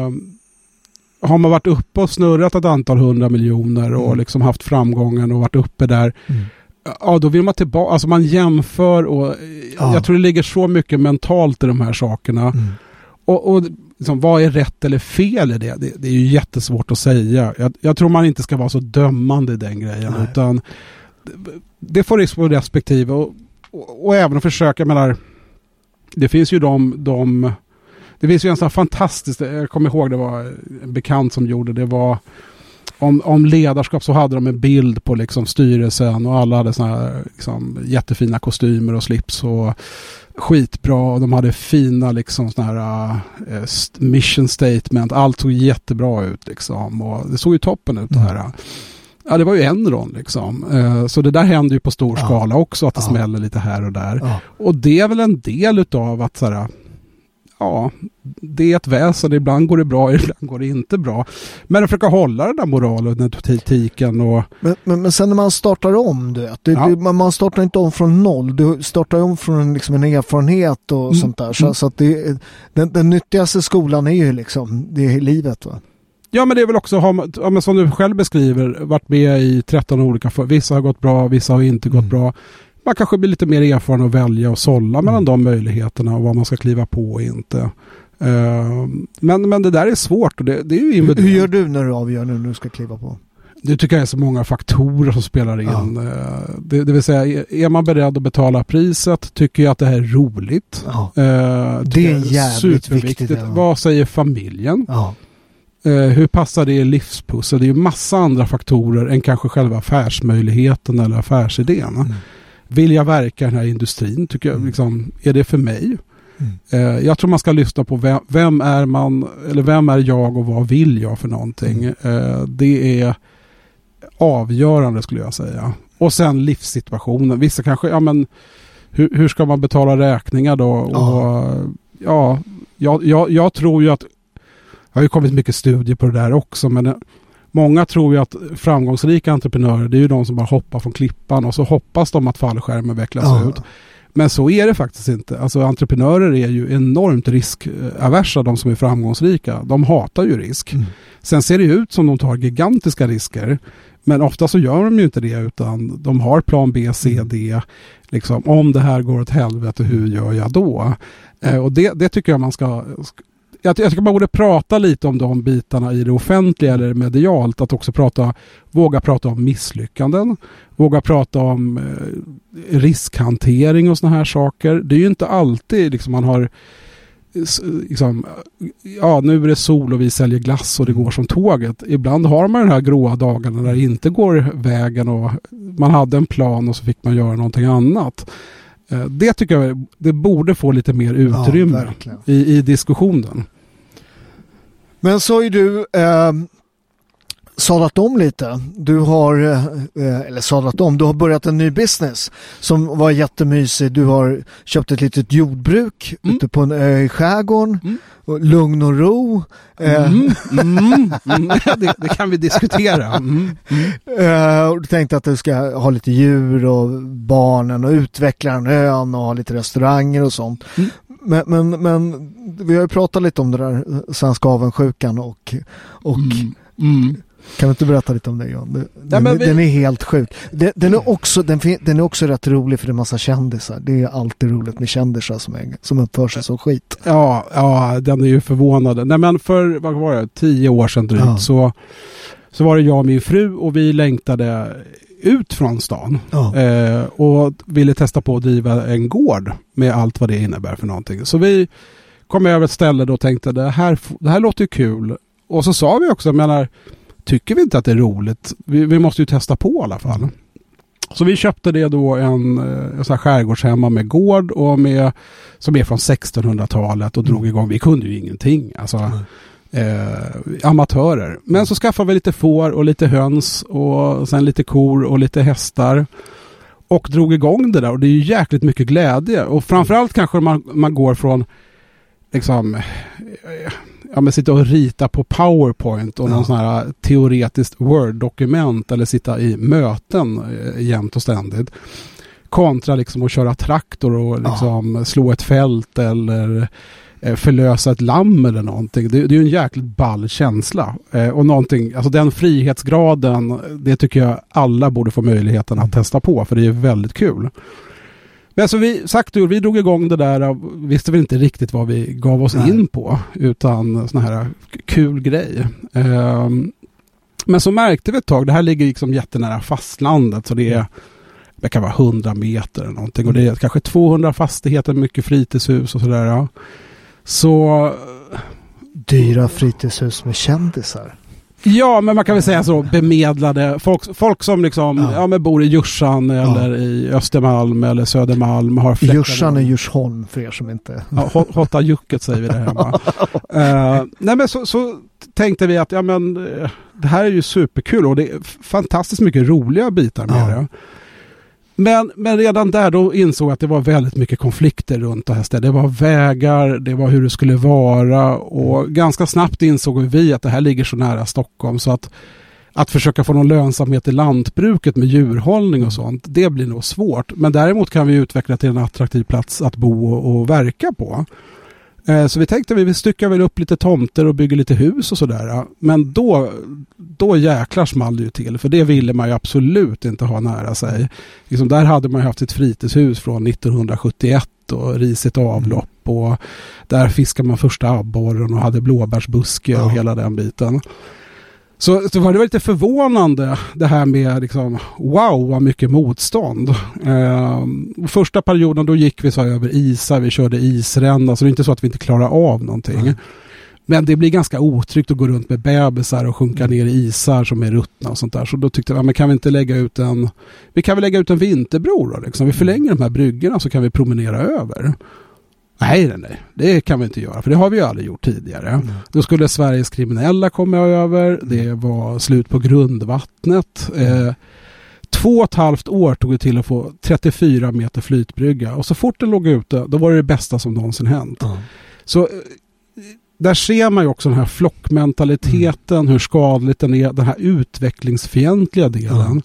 har man varit uppe och snurrat ett antal 100 miljoner och liksom haft framgången och varit uppe där, ja, då vill man tillbaka, alltså man jämför och jag tror det ligger så mycket mentalt i de här sakerna. Och liksom, vad är rätt eller fel i det? Det är ju jättesvårt att säga. Jag tror man inte ska vara så dömande i den grejen. Nej. Utan det får respektive och även att försöka, jag menar, det finns ju det finns ju en sån här fantastisk, jag kommer ihåg det var en bekant som gjorde det, var om ledarskap, så hade de en bild på liksom styrelsen och alla hade såna här liksom jättefina kostymer och slips och skitbra, och de hade fina liksom såna här mission statement, allt såg jättebra ut liksom, och det såg ju toppen ut det här. Ja, det var ju Enron liksom. Så det där händer ju på stor skala också, att det smäller lite här och där. Och det är väl en del utav att så här, ja, det är ett väsen. Ibland går det bra, ibland går det inte bra. Men att försöka hålla den där moralen och den etiken. Och men sen när man startar om, man startar inte om från noll. Du startar om från liksom en erfarenhet och sånt där. Så att den nyttigaste skolan är ju liksom, det är livet, va? Ja, men det är väl också, men som du själv beskriver, varit med i 13 olika, vissa har gått bra, vissa har inte gått bra. Man kanske blir lite mer erfaren att välja och sålla mellan de möjligheterna och vad man ska kliva på och inte. Men det där är svårt. Och det är ju individuellt. Hur gör du när du avgör när du ska kliva på? Det tycker jag är så många faktorer som spelar in. Det vill säga, är man beredd att betala priset? Tycker jag att det här är roligt? Det är jävligt viktigt. Vad säger familjen? Hur passar det i livspussel? Det är ju massa andra faktorer än kanske själva affärsmöjligheten eller affärsidén. Vill jag verka i den här industrin? Tycker jag, liksom, är det för mig? Jag tror man ska lyssna på vem är man, eller vem är jag och vad vill jag för någonting? Det är avgörande, skulle jag säga. Och sen livssituationen. Vissa kanske, ja men hur ska man betala räkningar då? Och, jag tror ju att det har ju kommit mycket studier på det där också, men många tror ju att framgångsrika entreprenörer, det är ju de som bara hoppar från klippan och så hoppas de att fallskärmen vecklas ut. Men så är det faktiskt inte. Alltså entreprenörer är ju enormt riskaversa, de som är framgångsrika. De hatar ju risk. Sen ser det ut som de tar gigantiska risker, men ofta så gör de ju inte det, utan de har plan B, C, D. Liksom, om det här går åt helvete, hur gör jag då? Och det tycker jag man ska... Jag tycker man borde prata lite om de bitarna i det offentliga eller medialt. Att också våga prata om misslyckanden. Våga prata om riskhantering och såna här saker. Det är ju inte alltid liksom man har liksom, ja, nu är det sol och vi säljer glass och det går som tåget. Ibland har man den här gråa dagarna där det inte går vägen och man hade en plan och så fick man göra någonting annat. Det tycker jag det borde få lite mer utrymme i diskussionen. Men så har ju du sadlat om lite. Du har börjat en ny business som var jättemysig. Du har köpt ett litet jordbruk ute på i skärgården. Lugn och ro. Det kan vi diskutera. Du tänkte att du ska ha lite djur och barnen och utveckla en ön och ha lite restauranger och sånt. Men vi har ju pratat lite om det där svenska avundsjukan och kan du inte berätta lite om det, John? Den är helt sjuk. Den är också rätt rolig för det är massa kändisar. Det är alltid roligt med kändisar som uppför sig som skit. Ja, den är ju förvånad. Nej, men för, vad var det, 10 år sedan drygt så var det jag och min fru och vi längtade ut från stan och ville testa på att driva en gård med allt vad det innebär för någonting. Så vi kom över ett ställe och tänkte det här låter ju kul. Och så sa vi också, tycker vi inte att det är roligt? Vi måste ju testa på i alla fall. Så vi köpte det då en sån här skärgårdshemma med gård och som är från 1600-talet och drog igång. Vi kunde ju ingenting. Alltså, amatörer. Men så skaffade vi lite får och lite höns och sen lite kor och lite hästar och drog igång det där, och det är ju jäkligt mycket glädje, och framförallt kanske man går från liksom sitta och rita på PowerPoint och någon sån här teoretiskt Word-dokument eller sitta i möten jämt och ständigt, kontra liksom att köra traktor och liksom slå ett fält eller förlösa ett lamm eller någonting. Det är ju en jäkligt ball känsla. Och någonting, alltså den frihetsgraden, det tycker jag alla borde få möjligheten att testa på, för det är väldigt kul. Men alltså vi drog igång det där och visste väl inte riktigt vad vi gav oss in på, utan sån här kul grej. Men så märkte vi ett tag, det här ligger liksom jättenära fastlandet, så det kan vara 100 meter eller någonting, och det är kanske 200 fastigheter, mycket fritidshus och sådär. Ja. Så dyra fritidshus med kändisar. Ja, men man kan väl säga så, bemedlade folk som liksom bor i Djursan eller i Östermalm eller Södermalm, har fläckar. Djursan är Djursholm för er som inte... Ja, Hotta Jucket säger vi det hemma. Nej, men så tänkte vi att det här är ju superkul, och det är fantastiskt mycket roliga bitar med det. Men redan där då insåg jag att det var väldigt mycket konflikter runt det här stället. Det var vägar, det var hur det skulle vara, och ganska snabbt insåg vi att det här ligger så nära Stockholm, så att försöka få någon lönsamhet i lantbruket med djurhållning och sånt, det blir nog svårt. Men däremot kan vi utveckla till en attraktiv plats att bo och verka på. Så vi tänkte vi styckar väl upp lite tomter och bygger lite hus och sådär. Men då jäklar small det ju till. För det ville man ju absolut inte ha nära sig. Liksom där hade man ju haft ett fritidshus från 1971 och risigt avlopp. Och där fiskade man första abborren och hade blåbärsbuske och hela den biten. Så var det lite förvånande det här med liksom, wow vad mycket motstånd. Första perioden då gick vi så över isar, vi körde isrända, så det är inte så att vi inte klarar av någonting. Men det blir ganska otryggt att gå runt med bebisar och sjunka ner i isar som är ruttna och sånt där. Så då tyckte jag, men kan vi inte lägga ut en vinterbro då liksom? Vi förlänger de här bryggorna så kan vi promenera över. Nej, det kan vi inte göra, för det har vi ju aldrig gjort tidigare. Då skulle Sveriges kriminella komma över, det var slut på grundvattnet. 2,5 år tog det till att få 34 meter flytbrygga, och så fort den låg ute, då var det bästa som någonsin hänt. Så där ser man ju också den här flockmentaliteten, hur skadligt den är, den här utvecklingsfientliga delen.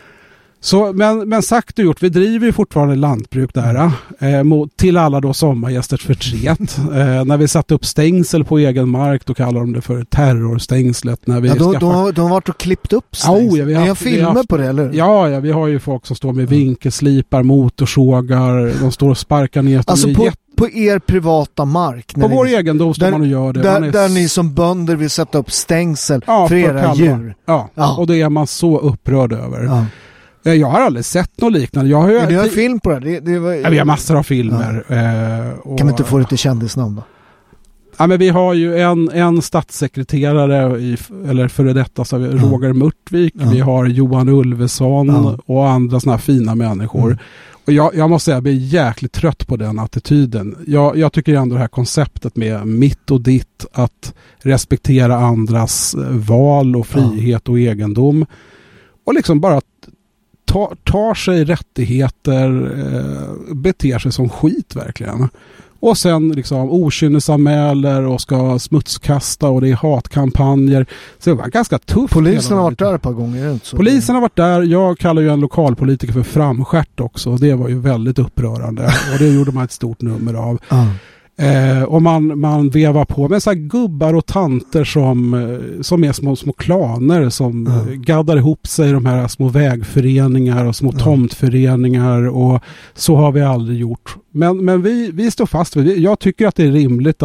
Så, men sagt och gjort, vi driver ju fortfarande lantbruk där till alla då sommargästers förtret. När vi satte upp stängsel på egen mark, då kallar de det för terrorstängslet. När vi de har varit och klippt upp stängsel. Vi har filmer på det, eller? Ja, vi har ju folk som står med vinkelslipar, motorsågar, de står och sparkar ner. Alltså på er privata mark? På vår egendom står man och gör det. Där ni som bönder vill sätta upp stängsel för era djur. Ja, och det är man så upprörd över. Ja. Jag har aldrig sett något liknande. Du har film på det? Vi har massor av filmer. Kan vi inte få lite kändisnamn då? Ja, men vi har ju en statssekreterare eller före detta så Roger Murtvik. Vi har Johan Ulveson och andra såna här fina människor. Och jag måste säga, jag blir jäkligt trött på den attityden. Jag tycker ändå det här konceptet med mitt och ditt, att respektera andras val och frihet och egendom, och liksom bara tar sig rättigheter, beter sig som skit verkligen. Och sen liksom okynnesanmäler och ska smutskasta, och det är hatkampanjer. Så det var ganska tufft. Polisen har varit där ett par gånger. Inte så. Polisen har varit där. Jag kallar ju en lokalpolitiker för framskärt också. Det var ju väldigt upprörande. Och det gjorde man ett stort nummer av. Och man vevar på med så här gubbar och tanter som är små klaner som gaddar ihop sig i de här små vägföreningar och små tomtföreningar, och så har vi aldrig gjort. Men vi står fast vid det. Jag tycker att det är rimligt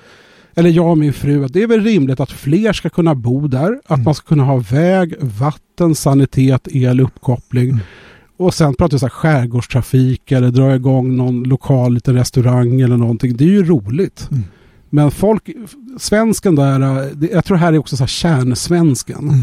jag och min fru, att det är väl rimligt att fler ska kunna bo där, att man ska kunna ha väg, vatten, sanitet, el, uppkoppling. Och sen pratar vi så här skärgårdstrafik eller dra igång någon lokal liten restaurang eller någonting. Det är ju roligt. Men svensken där, jag tror här är också så här kärnsvensken.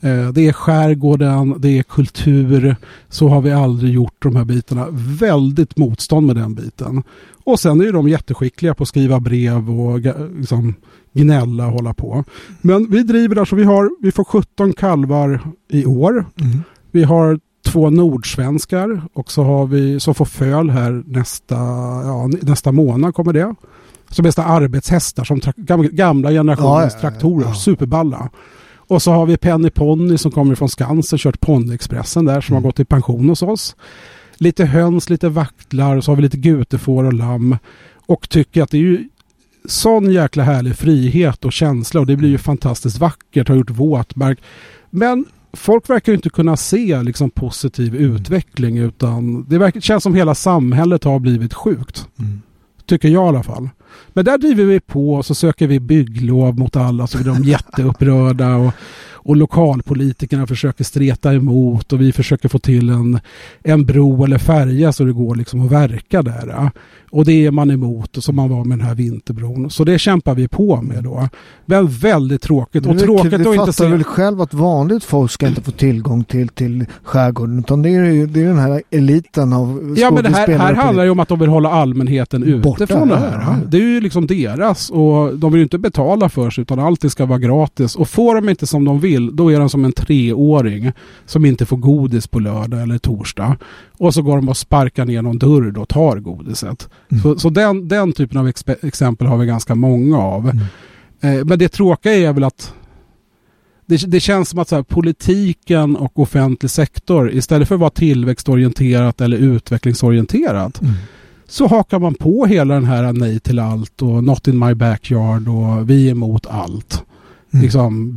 Det är skärgården, det är kultur. Så har vi aldrig gjort de här bitarna. Väldigt motstånd med den biten. Och sen är ju de jätteskickliga på att skriva brev och liksom gnälla och hålla på. Men vi driver där, så vi får 17 kalvar i år. Vi har 2 nordsvenskar och så har vi som får föl här nästa månad kommer det. Som bästa arbetshästar som gamla generationens traktorer, superballa. Och så har vi Penny Pony som kommer från Skansen, kört Ponyexpressen där som har gått i pension hos oss. Lite höns, lite vaktlar och så har vi lite gutefår och lamm. Och tycker att det är ju sån jäkla härlig frihet och känsla och det blir ju fantastiskt vackert, har gjort våtmark. Men folk verkar ju inte kunna se liksom positiv utveckling, utan det känns som hela samhället har blivit sjukt. Tycker jag i alla fall. Men där driver vi på och så söker vi bygglov mot alla, så är de jätteupprörda och lokalpolitikerna försöker streta emot och vi försöker få till en bro eller färja så det går liksom att verka där. Och det är man emot, och som man var med den här vinterbron. Så det kämpar vi på med då. Men väldigt tråkigt. Och tråkigt du att inte se... väl själv att vanligt folk ska inte få tillgång till skärgården, utan det är den här eliten av skådespelare. Ja, men det här handlar ju om att de vill hålla allmänheten ute borta från det här. Ja. Det är ju liksom deras, och de vill ju inte betala för sig, utan allt ska vara gratis. Och får de inte som de vill, då är de som en 3-åring som inte får godis på lördag eller torsdag. Och så går de och sparkar ner någon dörr och tar godiset. Så den typen av exempel har vi ganska många av. Men det tråkiga är väl att det känns som att så här, politiken och offentlig sektor, istället för att vara tillväxtorienterat eller utvecklingsorienterat, så hakar man på hela den här nej till allt och not in my backyard och vi är emot allt. Liksom,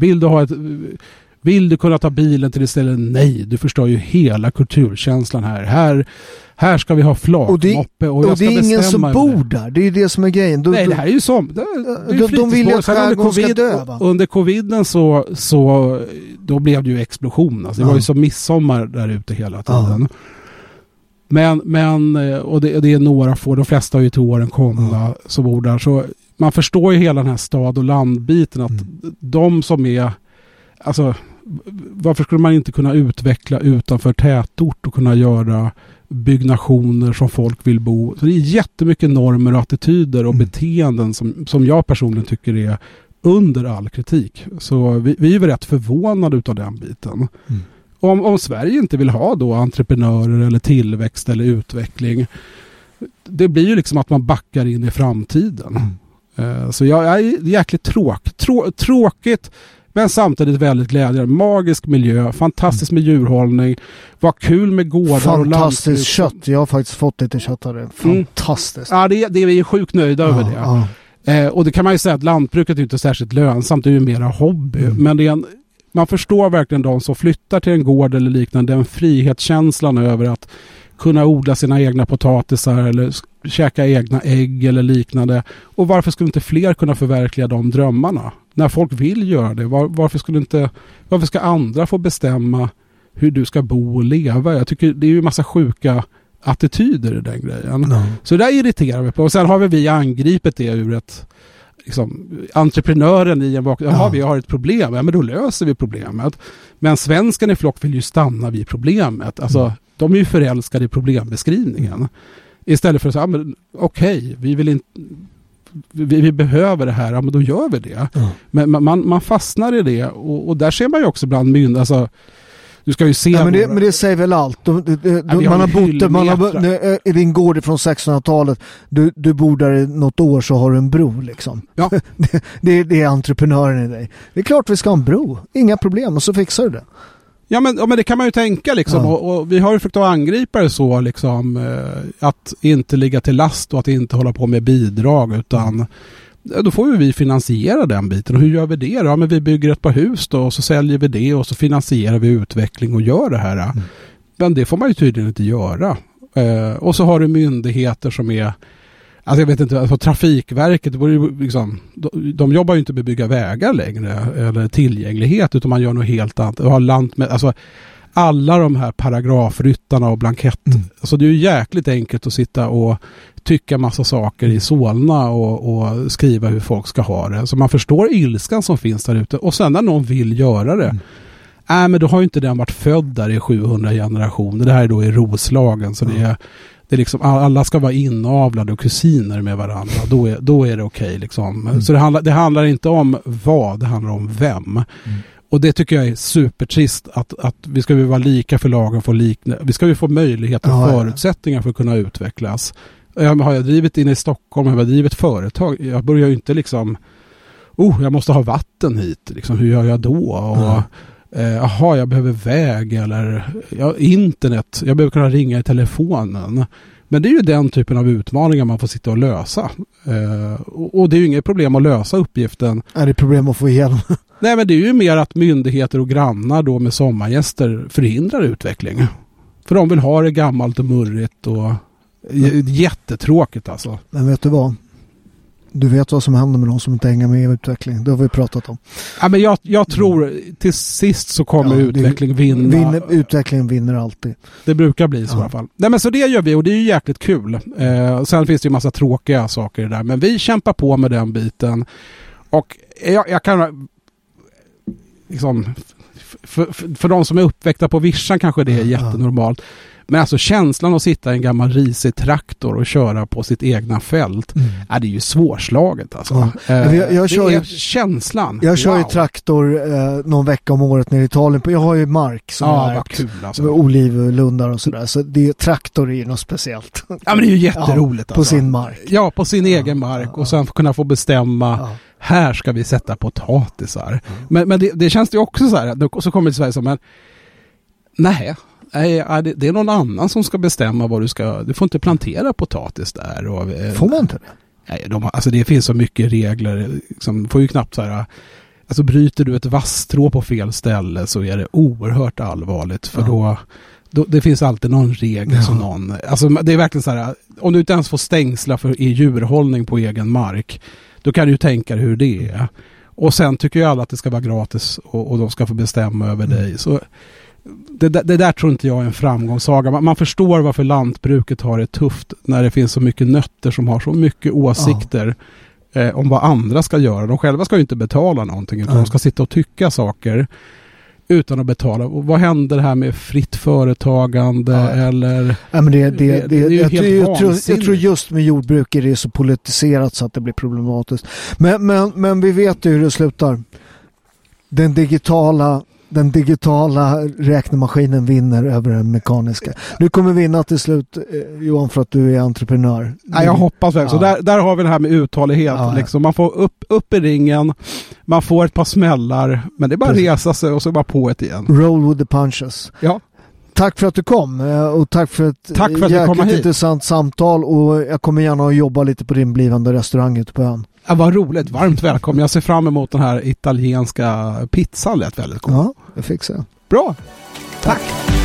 vill du kunna ta bilen till istället? Nej, du förstår ju hela kulturkänslan här ska vi ha flakmoppe och jag ska bestämma. Och det är ingen som bor där. Det är det som är grejen. Nej, det här är ju som de vill att skärgården ska dö, va? Under coviden så då blev det ju explosion. Alltså, det var ju som midsommar där ute hela tiden. Men och det är några få, de flesta har ju till åren komna som bor där. Så man förstår ju hela den här stad- och landbiten att de som är, alltså varför skulle man inte kunna utveckla utanför tätort och kunna göra byggnationer som folk vill bo. Så det är jättemycket normer och attityder och beteenden som jag personligen tycker är under all kritik. Så vi är väl rätt förvånade utav den biten. Om Sverige inte vill ha då entreprenörer eller tillväxt eller utveckling, det blir ju liksom att man backar in i framtiden. Så jag är jäkligt tråkigt, men samtidigt väldigt glädjande. Magisk miljö, fantastiskt med djurhållning, vad kul med gårdar och fantastiskt kött. Jag har faktiskt fått lite kött av det. Fantastiskt. Ja, det är vi sjukt nöjda över det. Och det kan man ju säga att lantbruket är inte särskilt lönsamt, det är ju mera hobby. Men man förstår verkligen de som flyttar till en gård eller liknande, den frihetskänslan över att kunna odla sina egna potatisar eller käka egna ägg eller liknande. Och varför skulle inte fler kunna förverkliga de drömmarna? När folk vill göra det, varför ska andra få bestämma hur du ska bo och leva? Jag tycker det är ju en massa sjuka attityder i den grejen. Så det irriterar vi på. Och sen har vi angripit det ur ett liksom, entreprenören i en vi har ett problem, men då löser vi problemet. Men svensken i flock vill ju stanna vid problemet. Alltså, de är ju förälskade i problembeskrivningen. Istället för att säga, okej, vi vill inte, vi behöver det här, men då gör vi det. Men man fastnar i det, och där ser man ju också bland myndigheter, alltså du ska ju se... Ja, men det säger väl allt. Man har bott i din gård från 1600-talet. Du bor där i något år så har du en bro liksom. Ja. det är entreprenören i dig. Det är klart vi ska ha en bro. Inga problem, och så fixar du det. Ja, men det kan man ju tänka liksom. Och vi har ju försökt att angripa det så liksom, att inte ligga till last och att inte hålla på med bidrag, utan då får vi finansiera den biten. Och hur gör vi det då? Ja, men vi bygger ett par hus då, och så säljer vi det och så finansierar vi utveckling och gör det här. Men det får man ju tydligen inte göra. Och så har du myndigheter som är, alltså jag vet inte, alltså Trafikverket, liksom, de jobbar ju inte med att bygga vägar längre eller tillgänglighet, utan man gör något helt annat. Alltså alla de här paragrafryttarna och blankett. Alltså det är ju jäkligt enkelt att sitta och tycka massa saker i Solna och skriva hur folk ska ha det. Så man förstår ilskan som finns där ute. Och sen när någon vill göra det, Men då har ju inte den varit född där i 700 generationer. Det här är då i Roslagen, så det är liksom, alla ska vara inavlade och kusiner med varandra. Då är det okej liksom. Så det handlar inte om vad, det handlar om vem. Och det tycker jag är supertrist, att vi ska vara lika för lagen, vi ska ju få möjlighet och förutsättningar för att kunna utvecklas. Har jag drivit in i Stockholm, jag har drivit företag, jag börjar ju inte liksom jag måste ha vatten hit, liksom, hur gör jag då? Och jag behöver väg eller internet, jag behöver kunna ringa i telefonen. Men det är ju den typen av utmaningar man får sitta och lösa. Och det är ju inget problem att lösa uppgiften. Är det problem att få igenom? Nej, men det är ju mer att myndigheter och grannar då med sommargäster förhindrar utveckling. För de vill ha det gammalt och murrigt och jättetråkigt alltså. Men vet du vad? Du vet vad som händer med de som inte hänger med i utvecklingen. Det har vi pratat om. Ja, men jag tror till sist så kommer utveckling vinna. Utvecklingen vinner alltid. Det brukar bli så i alla fall. Nej, men så det gör vi och det är ju jäkligt kul. Sen finns det ju massa tråkiga saker i det där. Men vi kämpar på med den biten. Och jag kan liksom, för de som är uppväckta på vischan kanske det är jättenormalt. Men alltså känslan att sitta i en gammal risig traktor och köra på sitt egna fält, det är ju svårslaget alltså. Jag kör känslan. Jag kör ju traktor någon vecka om året nere i Italien. Jag har ju mark som är kul, alltså. olivlundar och sådär. Så traktor är ju något speciellt. Ja, men det är ju jätteroligt på sin mark. Ja, på sin egen mark och sen kunna få bestämma här ska vi sätta potatisar. Men det känns ju också så här, så kommer det Sverige som nej, det är någon annan som ska bestämma vad du får inte plantera potatis där. Får man inte det? Nej, alltså det finns så mycket regler. Liksom, får ju knappt så här, alltså bryter du ett vasstrå på fel ställe så är det oerhört allvarligt. För då det finns alltid någon regel som någon, alltså det är verkligen så här, om du inte ens får stängsla för djurhållning på egen mark, då kan du ju tänka hur det är. Och sen tycker ju alla att det ska vara gratis och de ska få bestämma över dig. Så det där tror inte jag är en framgångssaga. Man förstår varför lantbruket har det tufft när det finns så mycket nötter som har så mycket åsikter om vad andra ska göra. De själva ska ju inte betala någonting utan de ska sitta och tycka saker utan att betala. Och vad händer här med fritt företagande eller... Ja, men jag tror just med jordbruk är det så politiserat så att det blir problematiskt. Men vi vet ju hur det slutar. Den digitala räknemaskinen vinner över den mekaniska. Du kommer vinna till slut, Johan, för att du är entreprenör. Ja, jag hoppas väl. Så där har vi det här med uthållighet. Liksom. Man får upp i ringen, man får ett par smällar, men det är bara att resa sig och så bara på ett igen. Roll with the punches. Ja. Tack för att du kom och tack för ett jäkligt intressant samtal och jag kommer gärna att jobba lite på din blivande restaurang ute på ön. Ja, vad roligt. Varmt välkommen. Jag ser fram emot den här italienska pizzan. Lät väldigt god. Ja, det fixar jag. Bra. Tack.